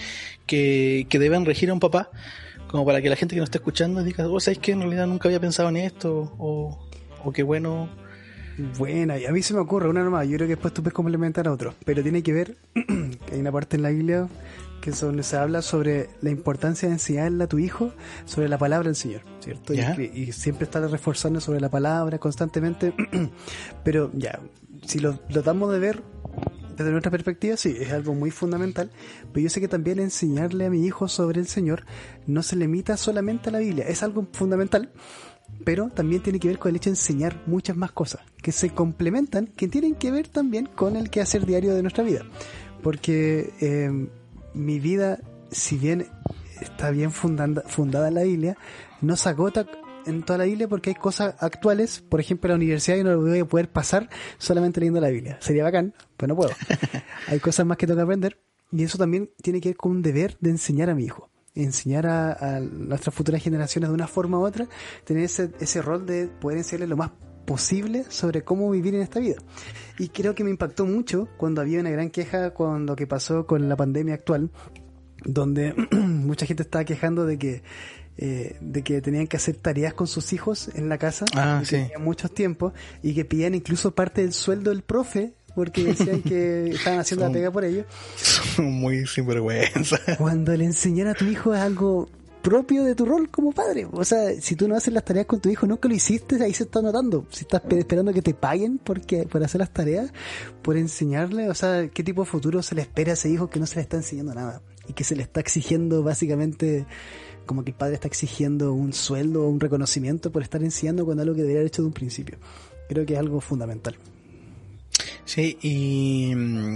deben regir a un papá, como para que la gente que nos está escuchando diga, ¿sabes qué? En realidad nunca había pensado en esto, o qué bueno. Buena, y a mí se me ocurre una nomás, yo creo que después tú puedes complementar a otro, pero tiene que ver, que hay una parte en la Biblia que es donde se habla sobre la importancia de enseñarle a tu hijo sobre la palabra del Señor, ¿cierto? Y siempre estar reforzando sobre la palabra constantemente, pero ya, si lo tratamos de ver desde nuestra perspectiva, sí, es algo muy fundamental, pero yo sé que también enseñarle a mi hijo sobre el Señor no se limita solamente a la Biblia, es algo fundamental, pero también tiene que ver con el hecho de enseñar muchas más cosas que se complementan, que tienen que ver también con el quehacer diario de nuestra vida, porque mi vida, si bien está bien fundada en la Biblia, no se agota en toda la Biblia, porque hay cosas actuales, por ejemplo, en la universidad yo no lo voy a poder pasar solamente leyendo la Biblia, sería bacán, pero no puedo. Hay cosas más que tengo que aprender, y eso también tiene que ver con un deber de enseñar a mi hijo, enseñar a nuestras futuras generaciones de una forma u otra, tener ese rol de poder enseñarle lo más posible sobre cómo vivir en esta vida. Y creo que me impactó mucho cuando había una gran queja con lo que pasó con la pandemia actual, donde mucha gente estaba quejando de que tenían que hacer tareas con sus hijos en la casa, sí. que tenían muchos tiempos, y que pedían incluso parte del sueldo del profe, porque decían que estaban haciendo la pega por ellos. Son muy sinvergüenza. Cuando le enseñar a tu hijo es algo propio de tu rol como padre. O sea, si tú no haces las tareas con tu hijo, nunca lo hiciste, ahí se está notando. Si estás esperando que te paguen por hacer las tareas, por enseñarle, o sea, ¿qué tipo de futuro se le espera a ese hijo que no se le está enseñando nada? Y que se le está exigiendo básicamente, como que el padre está exigiendo un sueldo o un reconocimiento por estar enseñando con algo que debería haber hecho de un principio. Creo que es algo fundamental. Sí, y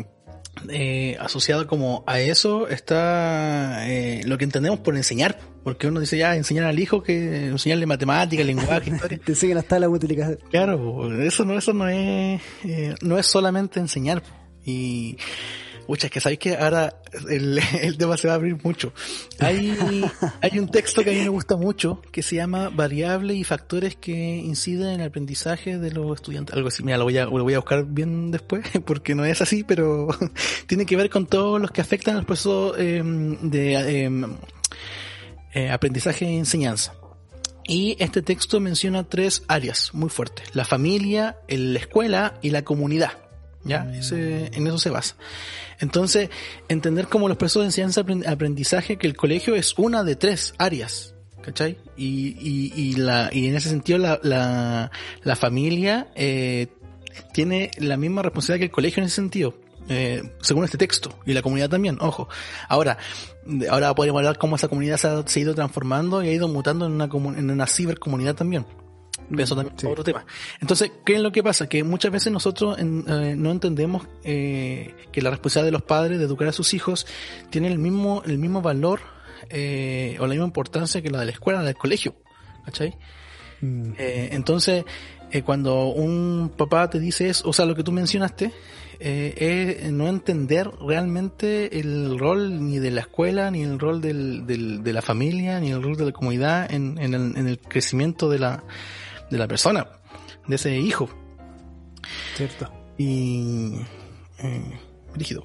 asociado como a eso está lo que entendemos por enseñar, porque uno dice ya enseñar al hijo, que enseñarle matemáticas, lenguaje, historia. Te enseñan las tablas multiplicadas. Claro, eso no es solamente enseñar. Y Pucha, es que sabéis que ahora el tema se va a abrir mucho. Hay un texto que a mí me gusta mucho que se llama Variables y factores que inciden en el aprendizaje de los estudiantes. Algo así, mira, lo voy a buscar bien después porque no es así, pero tiene que ver con todos los que afectan al proceso de aprendizaje y enseñanza. Y este texto menciona 3 áreas muy fuertes: la familia, la escuela y la comunidad. ¿Ya? En eso se basa. Entonces, entender como los procesos de enseñanza aprendizaje, que el colegio es una de 3 áreas, ¿cachai? Y en ese sentido la familia tiene la misma responsabilidad que el colegio en ese sentido, según este texto, y la comunidad también, ojo. Ahora podemos hablar cómo esa comunidad se ha ido transformando y ha ido mutando en una cibercomunidad también. Eso también es otro tema. Entonces, ¿qué es lo que pasa? Que muchas veces nosotros no entendemos que la responsabilidad de los padres de educar a sus hijos tiene el mismo valor o la misma importancia que la de la escuela, del colegio, ¿cachai? Entonces, cuando un papá te dice eso, o sea, lo que tú mencionaste, es no entender realmente el rol ni de la escuela, ni el rol de la familia, ni el rol de la comunidad en el crecimiento de la persona, de ese hijo. Cierto. Y rígido.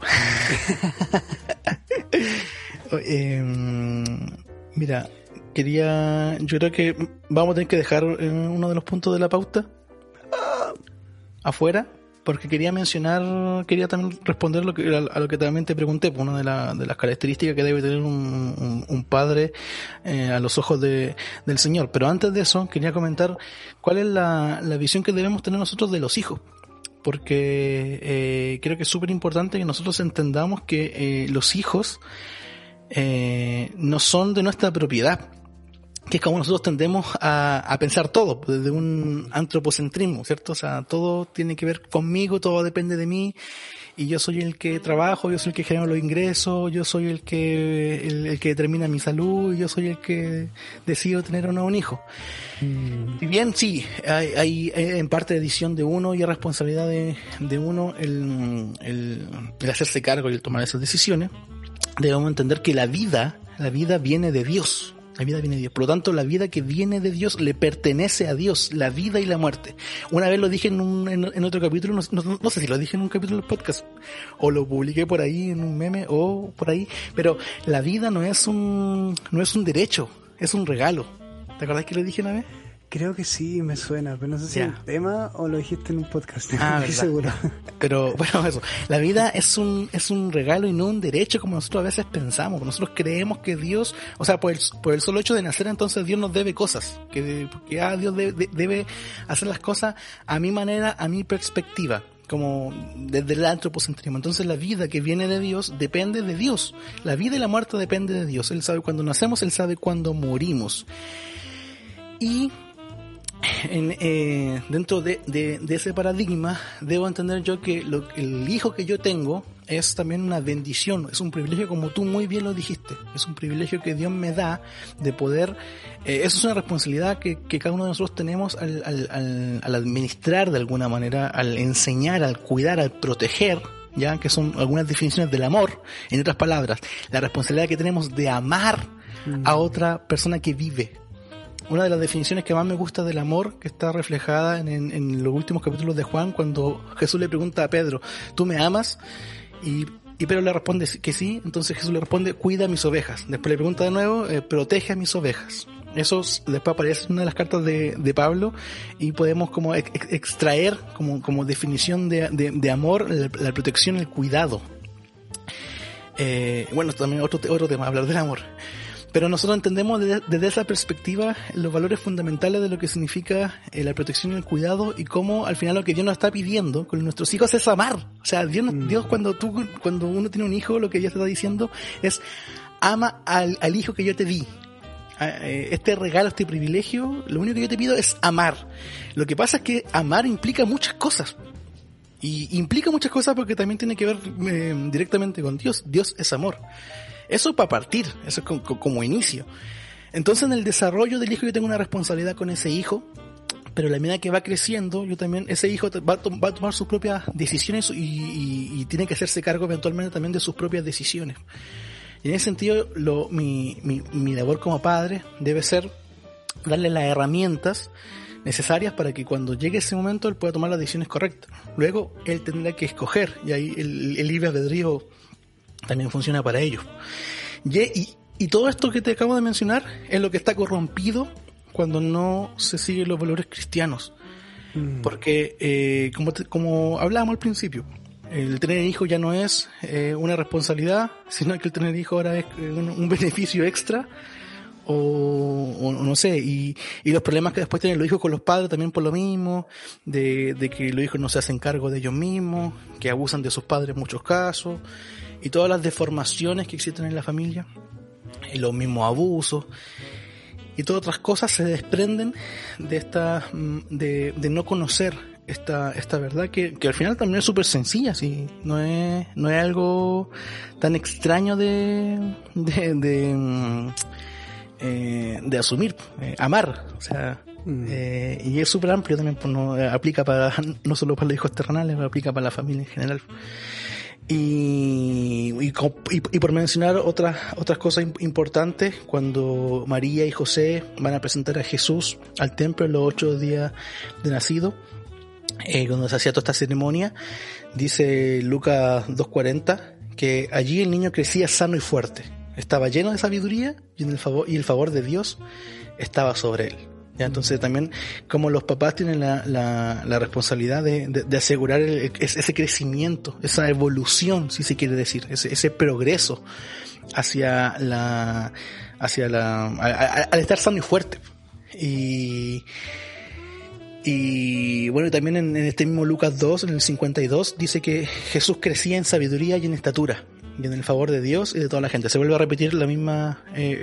Mira, yo creo que vamos a tener que dejar uno de los puntos de la pauta afuera, porque quería también responder a lo que también te pregunté, por una de las características que debe tener un padre a los ojos del Señor. Pero antes de eso, quería comentar cuál es la visión que debemos tener nosotros de los hijos. Porque creo que es súper importante que nosotros entendamos que los hijos no son de nuestra propiedad, que es como nosotros tendemos a pensar todo, desde un antropocentrismo, ¿cierto? O sea, todo tiene que ver conmigo, todo depende de mí, y yo soy el que trabajo, yo soy el que genera los ingresos, yo soy el que determina mi salud, y yo soy el que decido tener o no un hijo. Y bien, sí, hay en parte decisión de uno y responsabilidad de uno el hacerse cargo y el tomar esas decisiones. Debemos entender que la vida viene de Dios. La vida viene de Dios. Por lo tanto, la vida que viene de Dios le pertenece a Dios, la vida y la muerte. Una vez lo dije en otro capítulo, no sé si lo dije en un capítulo del podcast, o lo publiqué por ahí en un meme, o por ahí, pero la vida no es un derecho, es un regalo. ¿Te acordás que lo dije una vez? Creo que sí, me suena, pero no sé si es un tema o lo dijiste en un podcast. No estoy seguro. Pero bueno, eso. La vida es un regalo y no un derecho como nosotros a veces pensamos. Nosotros creemos que Dios, o sea, por el solo hecho de nacer, entonces Dios nos debe cosas. Porque Dios debe hacer las cosas a mi manera, a mi perspectiva, como desde el antropocentrismo. Entonces la vida que viene de Dios depende de Dios. La vida y la muerte depende de Dios. Él sabe cuándo nacemos, Él sabe cuándo morimos. Y dentro de ese paradigma debo entender yo que el hijo que yo tengo es también una bendición, es un privilegio, como tú muy bien lo dijiste, es un privilegio que Dios me da de poder, eso es una responsabilidad que cada uno de nosotros tenemos al administrar de alguna manera, al enseñar, al cuidar, al proteger, ya que son algunas definiciones del amor. En otras palabras, la responsabilidad que tenemos de amar a otra persona que vive. Una de las definiciones que más me gusta del amor, que está reflejada en los últimos capítulos de Juan, cuando Jesús le pregunta a Pedro, ¿tú me amas? Y Pedro le responde que sí. Entonces Jesús le responde, cuida mis ovejas. Después le pregunta de nuevo, protege a mis ovejas. Eso después aparece en una de las cartas de Pablo, y podemos como extraer como definición de amor la protección, el cuidado. Bueno, también otro tema, hablar del amor. Pero nosotros entendemos desde esa perspectiva los valores fundamentales de lo que significa la protección y el cuidado, y cómo al final lo que Dios nos está pidiendo con nuestros hijos es amar. O sea, Dios cuando uno tiene un hijo, lo que Dios te está diciendo es ama al hijo que yo te di. Este regalo, este privilegio, lo único que yo te pido es amar. Lo que pasa es que amar implica muchas cosas. Y implica muchas cosas porque también tiene que ver directamente con Dios. Dios es amor. Eso para partir, eso es como inicio. Entonces, en el desarrollo del hijo yo tengo una responsabilidad con ese hijo, Pero a la medida que va creciendo, ese hijo va a tomar sus propias decisiones y tiene que hacerse cargo eventualmente también de sus propias decisiones. Y en ese sentido, mi labor como padre debe ser darle las herramientas necesarias para que cuando llegue ese momento él pueda tomar las decisiones correctas. Luego él tendrá que escoger, y ahí el libre albedrío también funciona para ellos. Y todo esto que te acabo de mencionar es lo que está corrompido cuando no se siguen los valores cristianos. Porque, como hablábamos al principio, el tener hijos ya no es una responsabilidad, sino que el tener hijos ahora es un beneficio extra, o no sé, y los problemas que después tienen los hijos con los padres también por lo mismo, de que los hijos no se hacen cargo de ellos mismos, que abusan de sus padres en muchos casos, y todas las deformaciones que existen en la familia, y los mismos abusos, y todas otras cosas se desprenden de no conocer esta verdad que al final también es súper sencilla, ¿sí? No es algo tan extraño de asumir, amar, o sea, y es súper amplio también, pues no aplica no solo para los hijos terrenales, aplica para la familia en general. Y por mencionar otras cosas importantes, cuando María y José van a presentar a Jesús al templo en los 8 días de nacido, cuando se hacía toda esta ceremonia, dice Lucas 2:40 que allí el niño crecía sano y fuerte, estaba lleno de sabiduría y el favor de Dios estaba sobre él. ¿Ya? Entonces también como los papás tienen la responsabilidad de asegurar ese crecimiento, esa evolución, si se quiere decir, ese progreso al estar sano y fuerte. Y bueno, también en este mismo Lucas 2, en el 52, dice que Jesús crecía en sabiduría y en estatura, y en el favor de Dios y de toda la gente. Se vuelve a repetir la misma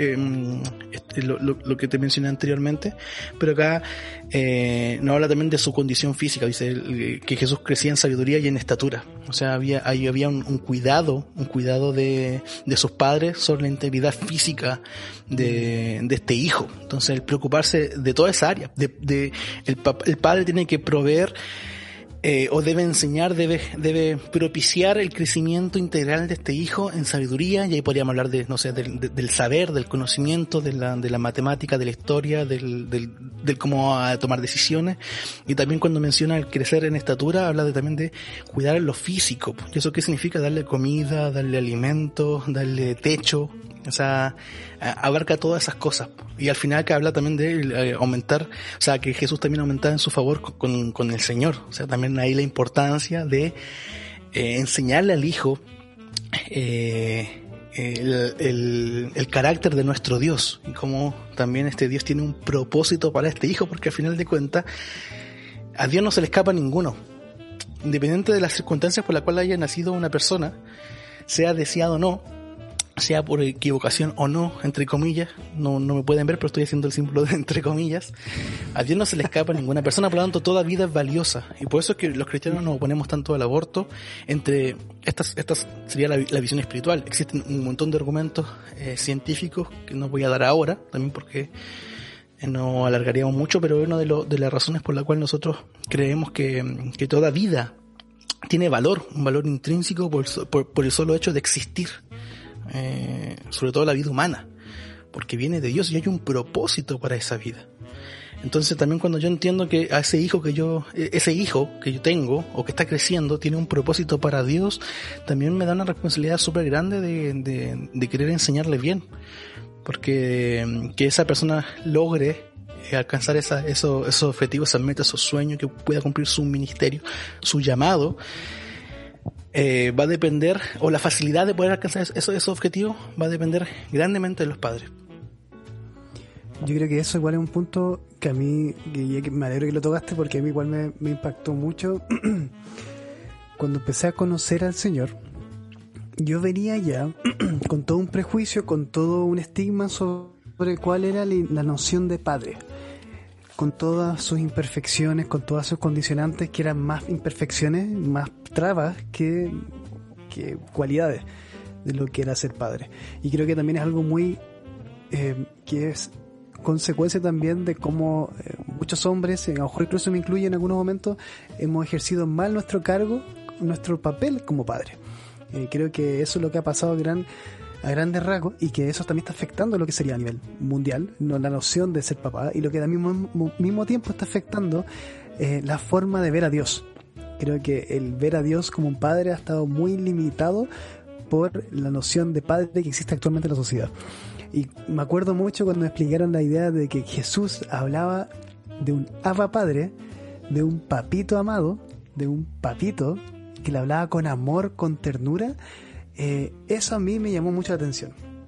lo que te mencioné anteriormente, pero acá nos habla también de su condición física. Dice que Jesús crecía en sabiduría y en estatura. O sea, había un cuidado de sus padres sobre la integridad física de este hijo. Entonces, el preocuparse de toda esa área, el padre tiene que proveer o debe enseñar, debe propiciar el crecimiento integral de este hijo en sabiduría, y ahí podríamos hablar del saber, del conocimiento, de la matemática, de la historia, del cómo tomar decisiones. Y también cuando menciona el crecer en estatura, habla también de cuidar lo físico. ¿Y eso qué significa? Darle comida, darle alimento, darle techo. O sea, abarca todas esas cosas. Y al final que habla también de aumentar, o sea, que Jesús también aumentaba en su favor con el Señor. O sea, también ahí la importancia de enseñarle al hijo el carácter de nuestro Dios, y cómo también este Dios tiene un propósito para este hijo, porque al final de cuentas a Dios no se le escapa ninguno, independiente de las circunstancias por las cuales haya nacido una persona, sea deseado o no, sea por equivocación o no, entre comillas, no me pueden ver, pero estoy haciendo el símbolo de entre comillas. A Dios no se le escapa a ninguna persona, por lo tanto toda vida es valiosa, y por eso es que los cristianos nos oponemos tanto al aborto. Entre estas sería la visión espiritual. Existen un montón de argumentos científicos que no voy a dar ahora, también porque no alargaríamos mucho, pero una de las razones por la cual nosotros creemos que toda vida tiene valor, un valor intrínseco por el solo hecho de existir. Sobre todo la vida humana, porque viene de Dios y hay un propósito para esa vida. Entonces también cuando yo entiendo que a ese hijo que yo tengo o que está creciendo tiene un propósito para Dios, también me da una responsabilidad súper grande de querer enseñarle bien, porque que esa persona logre alcanzar esos objetivos, esas metas, esos sueños, que pueda cumplir su ministerio, su llamado, va a depender, o la facilidad de poder alcanzar esos objetivos va a depender grandemente de los padres. Yo creo que eso igual es un punto que a mí, que me alegro que lo tocaste, porque a mí igual me impactó mucho. Cuando empecé a conocer al Señor, yo venía ya con todo un prejuicio, con todo un estigma sobre cuál era la noción de padre, con todas sus imperfecciones, con todas sus condicionantes, que eran más imperfecciones, más trabas que cualidades de lo que era ser padre. Y creo que también es algo muy que es consecuencia también de cómo muchos hombres, a lo mejor incluso me incluyo en algunos momentos, hemos ejercido mal nuestro cargo, nuestro papel como padre. Creo que eso es lo que ha pasado a grandes rasgos, y que eso también está afectando lo que sería a nivel mundial, no la noción de ser papá, y lo que al mismo tiempo está afectando la forma de ver a Dios. Creo que el ver a Dios como un padre ha estado muy limitado por la noción de padre que existe actualmente en la sociedad. Y me acuerdo mucho cuando me explicaron la idea de que Jesús hablaba de un Abba Padre, de un papito amado, de un papito que le hablaba con amor, con ternura. Eso a mí me llamó mucho la atención,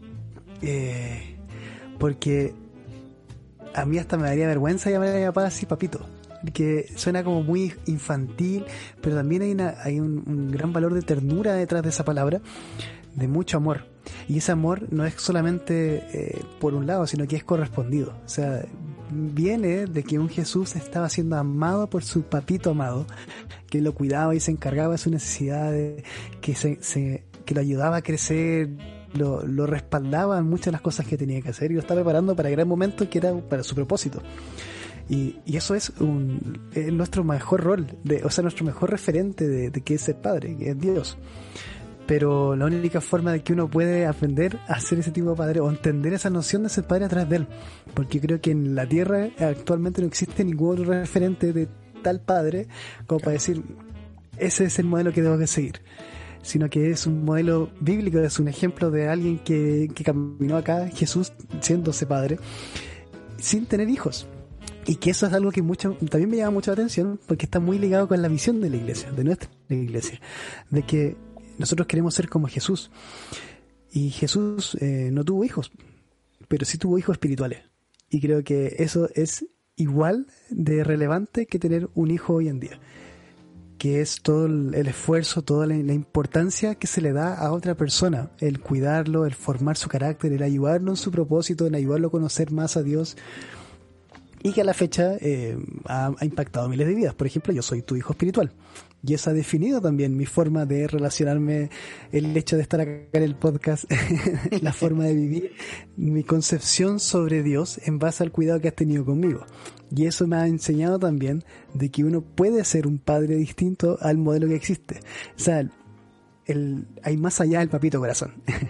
porque a mí hasta me daría vergüenza llamar a mi papá así papito, que suena como muy infantil, pero también hay un gran valor de ternura detrás de esa palabra, de mucho amor. Y ese amor no es solamente por un lado, sino que es correspondido. O sea, viene de que un Jesús estaba siendo amado por su papito amado, que lo cuidaba y se encargaba de sus necesidades, que lo ayudaba a crecer, lo respaldaba en muchas de las cosas que tenía que hacer, y lo estaba preparando para el gran momento que era para su propósito. Y eso es nuestro mejor rol, nuestro mejor referente de qué es ser padre, que es Dios. Pero la única forma de que uno puede aprender a ser ese tipo de padre, o entender esa noción de ser padre, a través de él. Porque creo que en la tierra actualmente no existe ningún otro referente de tal padre como para decir, ese es el modelo que tengo que seguir. Sino que es un modelo bíblico, es un ejemplo de alguien que caminó acá, Jesús, siéndose padre, sin tener hijos. Y que eso es algo que también me llama mucho la atención, porque está muy ligado con la visión de la iglesia, de nuestra iglesia, de que nosotros queremos ser como Jesús. Y Jesús no tuvo hijos, pero sí tuvo hijos espirituales. Y creo que eso es igual de relevante que tener un hijo hoy en día, que es todo el esfuerzo, toda la importancia que se le da a otra persona, el cuidarlo, el formar su carácter, el ayudarlo en su propósito, en ayudarlo a conocer más a Dios, y que a la fecha ha impactado miles de vidas. Por ejemplo, yo soy tu hijo espiritual, y eso ha definido también mi forma de relacionarme, el hecho de estar acá en el podcast, la forma de vivir, mi concepción sobre Dios en base al cuidado que has tenido conmigo. Y eso me ha enseñado también de que uno puede ser un padre distinto al modelo que existe. O sea, hay más allá del papito corazón.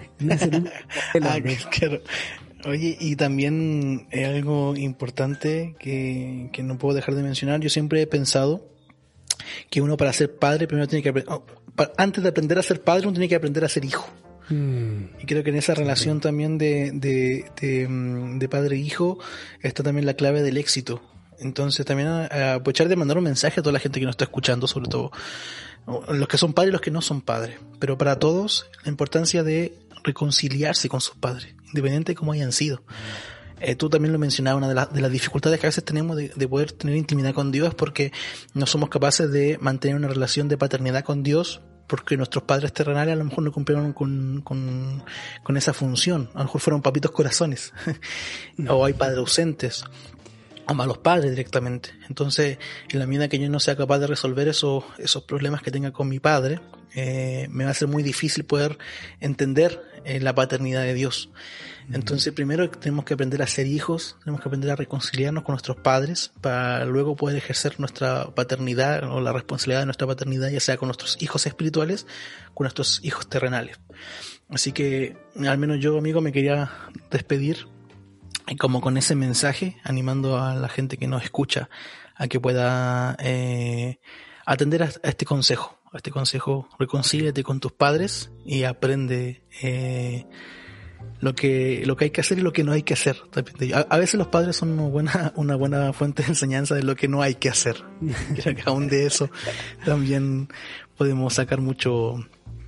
Claro. Oye, y también algo importante que no puedo dejar de mencionar. Yo siempre he pensado que uno, para ser padre, primero tiene que antes de aprender a ser padre, uno tiene que aprender a ser hijo. Y creo que en esa relación también de padre e hijo está también la clave del éxito. Entonces también aprovechar de mandar un mensaje a toda la gente que nos está escuchando, sobre todo los que son padres y los que no son padres, pero para todos la importancia de reconciliarse con sus padres, independiente de cómo hayan sido. Tú también lo mencionabas, una de las dificultades que a veces tenemos de poder tener intimidad con Dios, porque no somos capaces de mantener una relación de paternidad con Dios, porque nuestros padres terrenales a lo mejor no cumplieron con esa función. A lo mejor fueron papitos corazones o hay padres ausentes o malos padres directamente. Entonces, en la medida que yo no sea capaz de resolver esos problemas que tenga con mi padre, me va a ser muy difícil poder entender la paternidad de Dios. Entonces, primero tenemos que aprender a ser hijos, tenemos que aprender a reconciliarnos con nuestros padres para luego poder ejercer nuestra paternidad o la responsabilidad de nuestra paternidad, ya sea con nuestros hijos espirituales, con nuestros hijos terrenales. Así que, al menos yo, amigo, me quería despedir como con ese mensaje, animando a la gente que nos escucha a que pueda atender a este consejo. Reconcíliate con tus padres y aprende lo que hay que hacer y lo que no hay que hacer. A veces los padres son una buena fuente de enseñanza de lo que no hay que hacer. Creo que aún de eso también podemos sacar mucho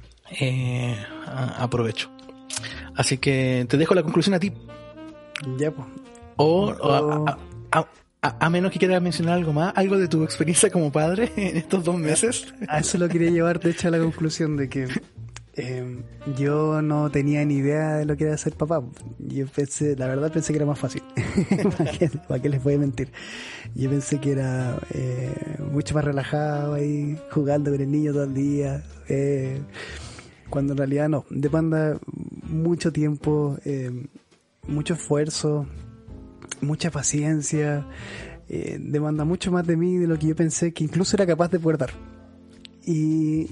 aprovecho. Así que te dejo la conclusión a ti. Ya, pues. A menos que quieras mencionar algo más, algo de tu experiencia como padre en estos 2 meses. A eso lo quería llevar, de hecho, a la conclusión de que yo no tenía ni idea de lo que era ser papá. Yo la verdad pensé que era más fácil. ¿Para qué les voy a mentir? Yo pensé que era mucho más relajado ahí, jugando con el niño todo el día. Cuando en realidad no. Demanda mucho tiempo, mucho esfuerzo, mucha paciencia, demanda mucho más de mí de lo que yo pensé que incluso era capaz de poder dar. Y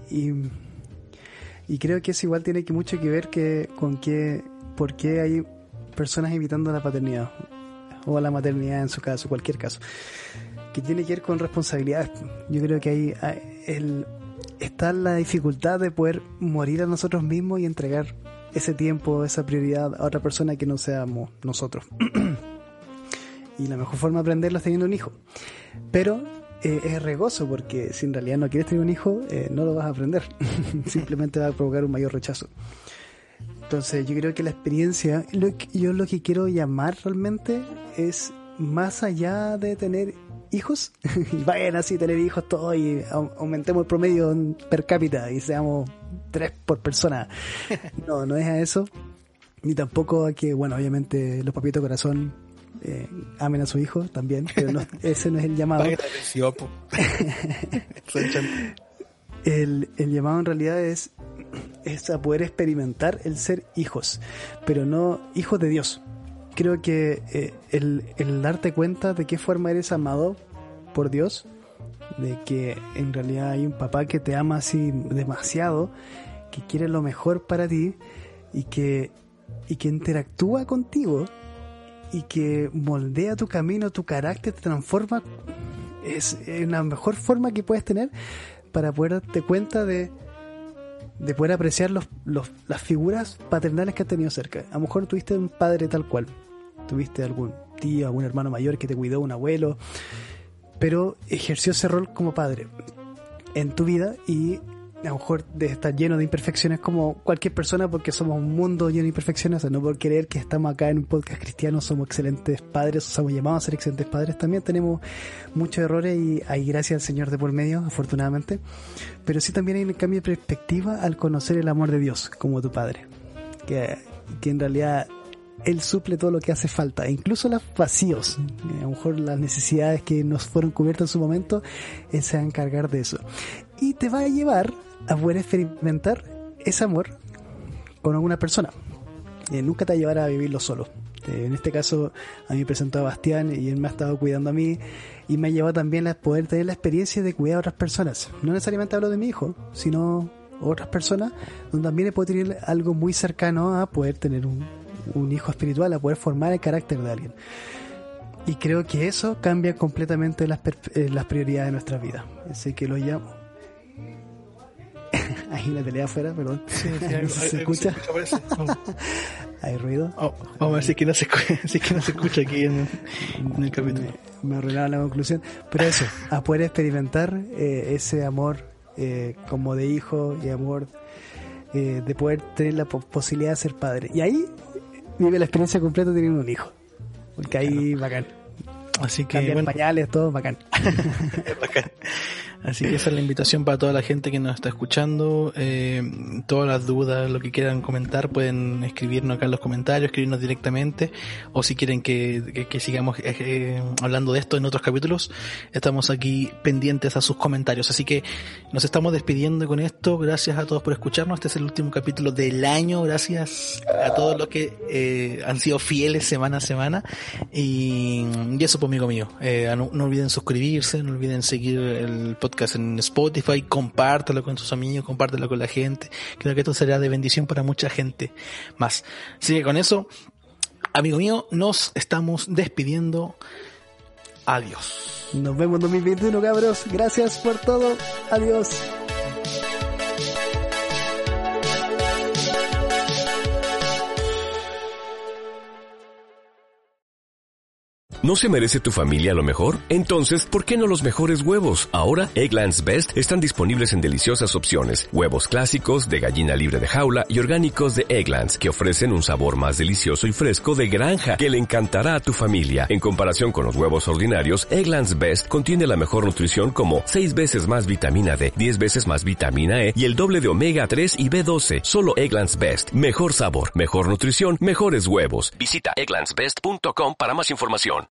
creo que eso igual tiene mucho que ver por qué hay personas evitando la paternidad o la maternidad en su caso, cualquier caso, que tiene que ver con responsabilidades. Yo creo que está la dificultad de poder morir a nosotros mismos y entregar ese tiempo, esa prioridad a otra persona que no seamos nosotros. Y la mejor forma de aprenderlo es teniendo un hijo. Pero es regoso, porque si en realidad no quieres tener un hijo, no lo vas a aprender. Simplemente va a provocar un mayor rechazo. Entonces yo creo que la experiencia, yo lo que quiero llamar realmente es, más allá de tener hijos, y vayan así tener hijos todos y aumentemos el promedio per cápita y seamos 3 por persona. No es a eso, ni tampoco a que, bueno, obviamente los papitos corazón amen a su hijo también, pero ese no es el llamado. El llamado en realidad es a poder experimentar el ser hijos, pero no hijos de Dios. Creo que el darte cuenta de qué forma eres amado por Dios, de que en realidad hay un papá que te ama así demasiado, que quiere lo mejor para ti y que interactúa contigo y que moldea tu camino, tu carácter, te transforma, es la mejor forma que puedes tener para poder darte cuenta de poder apreciar las figuras paternales que has tenido cerca. A lo mejor tuviste un padre tal cual, tuviste algún tío, algún hermano mayor que te cuidó, un abuelo, pero ejerció ese rol como padre en tu vida, y a lo mejor de estar lleno de imperfecciones como cualquier persona, porque somos un mundo lleno de imperfecciones. O sea, no por creer que estamos acá en un podcast cristiano somos excelentes padres, o somos llamados a ser excelentes padres. También tenemos muchos errores y hay gracia al Señor de por medio, afortunadamente, pero sí también hay un cambio de perspectiva al conocer el amor de Dios como tu padre, que en realidad Él suple todo lo que hace falta, incluso los vacíos, a lo mejor las necesidades que nos fueron cubiertas en su momento. Él se va a encargar de eso y te va a llevar a poder experimentar ese amor con alguna persona. Nunca te va a llevar a vivirlo solo. En este caso a mí me presentó a Bastián y él me ha estado cuidando a mí, y me ha llevado también a poder tener la experiencia de cuidar a otras personas. No necesariamente hablo de mi hijo, sino otras personas, donde también he podido tener algo muy cercano a poder tener un hijo espiritual, a poder formar el carácter de alguien. Y creo que eso cambia completamente las prioridades de nuestra vida. Así que lo llamo. Hay una pelea afuera, perdón. Sí, ¿se escucha? ¿Hay ruido? Vamos a ver si es que no se escucha aquí en el capítulo. Me arruinaron la conclusión. Pero eso, a poder experimentar ese amor como de hijo, y amor de poder tener la posibilidad de ser padre. Y ahí vive la experiencia completa teniendo un hijo. Porque ahí bacán. Así que cambiar pañales, todo bacán. Bacán. Así que esa es la invitación para toda la gente que nos está escuchando. Todas las dudas, lo que quieran comentar, pueden escribirnos acá en los comentarios, escribirnos directamente, o si quieren que sigamos hablando de esto en otros capítulos, estamos aquí pendientes a sus comentarios. Así que nos estamos despidiendo con esto. Gracias a todos por escucharnos. Este es el último capítulo del año. Gracias a todos los que han sido fieles semana a semana. Y eso, por amigo mío. No olviden suscribirse, no olviden seguir el podcast en Spotify, compártelo con sus amigos, compártelo con la gente. Creo que esto será de bendición para mucha gente más. Así que con eso, amigo mío, nos estamos despidiendo. Adiós. Nos vemos en 2021, cabros. Gracias por todo. Adiós. ¿No se merece tu familia lo mejor? Entonces, ¿por qué no los mejores huevos? Ahora, Eggland's Best están disponibles en deliciosas opciones. Huevos clásicos, de gallina libre de jaula y orgánicos de Eggland's, que ofrecen un sabor más delicioso y fresco de granja que le encantará a tu familia. En comparación con los huevos ordinarios, Eggland's Best contiene la mejor nutrición, como 6 veces más vitamina D, 10 veces más vitamina E y el doble de omega 3 y B12. Solo Eggland's Best. Mejor sabor, mejor nutrición, mejores huevos. Visita egglandsbest.com para más información.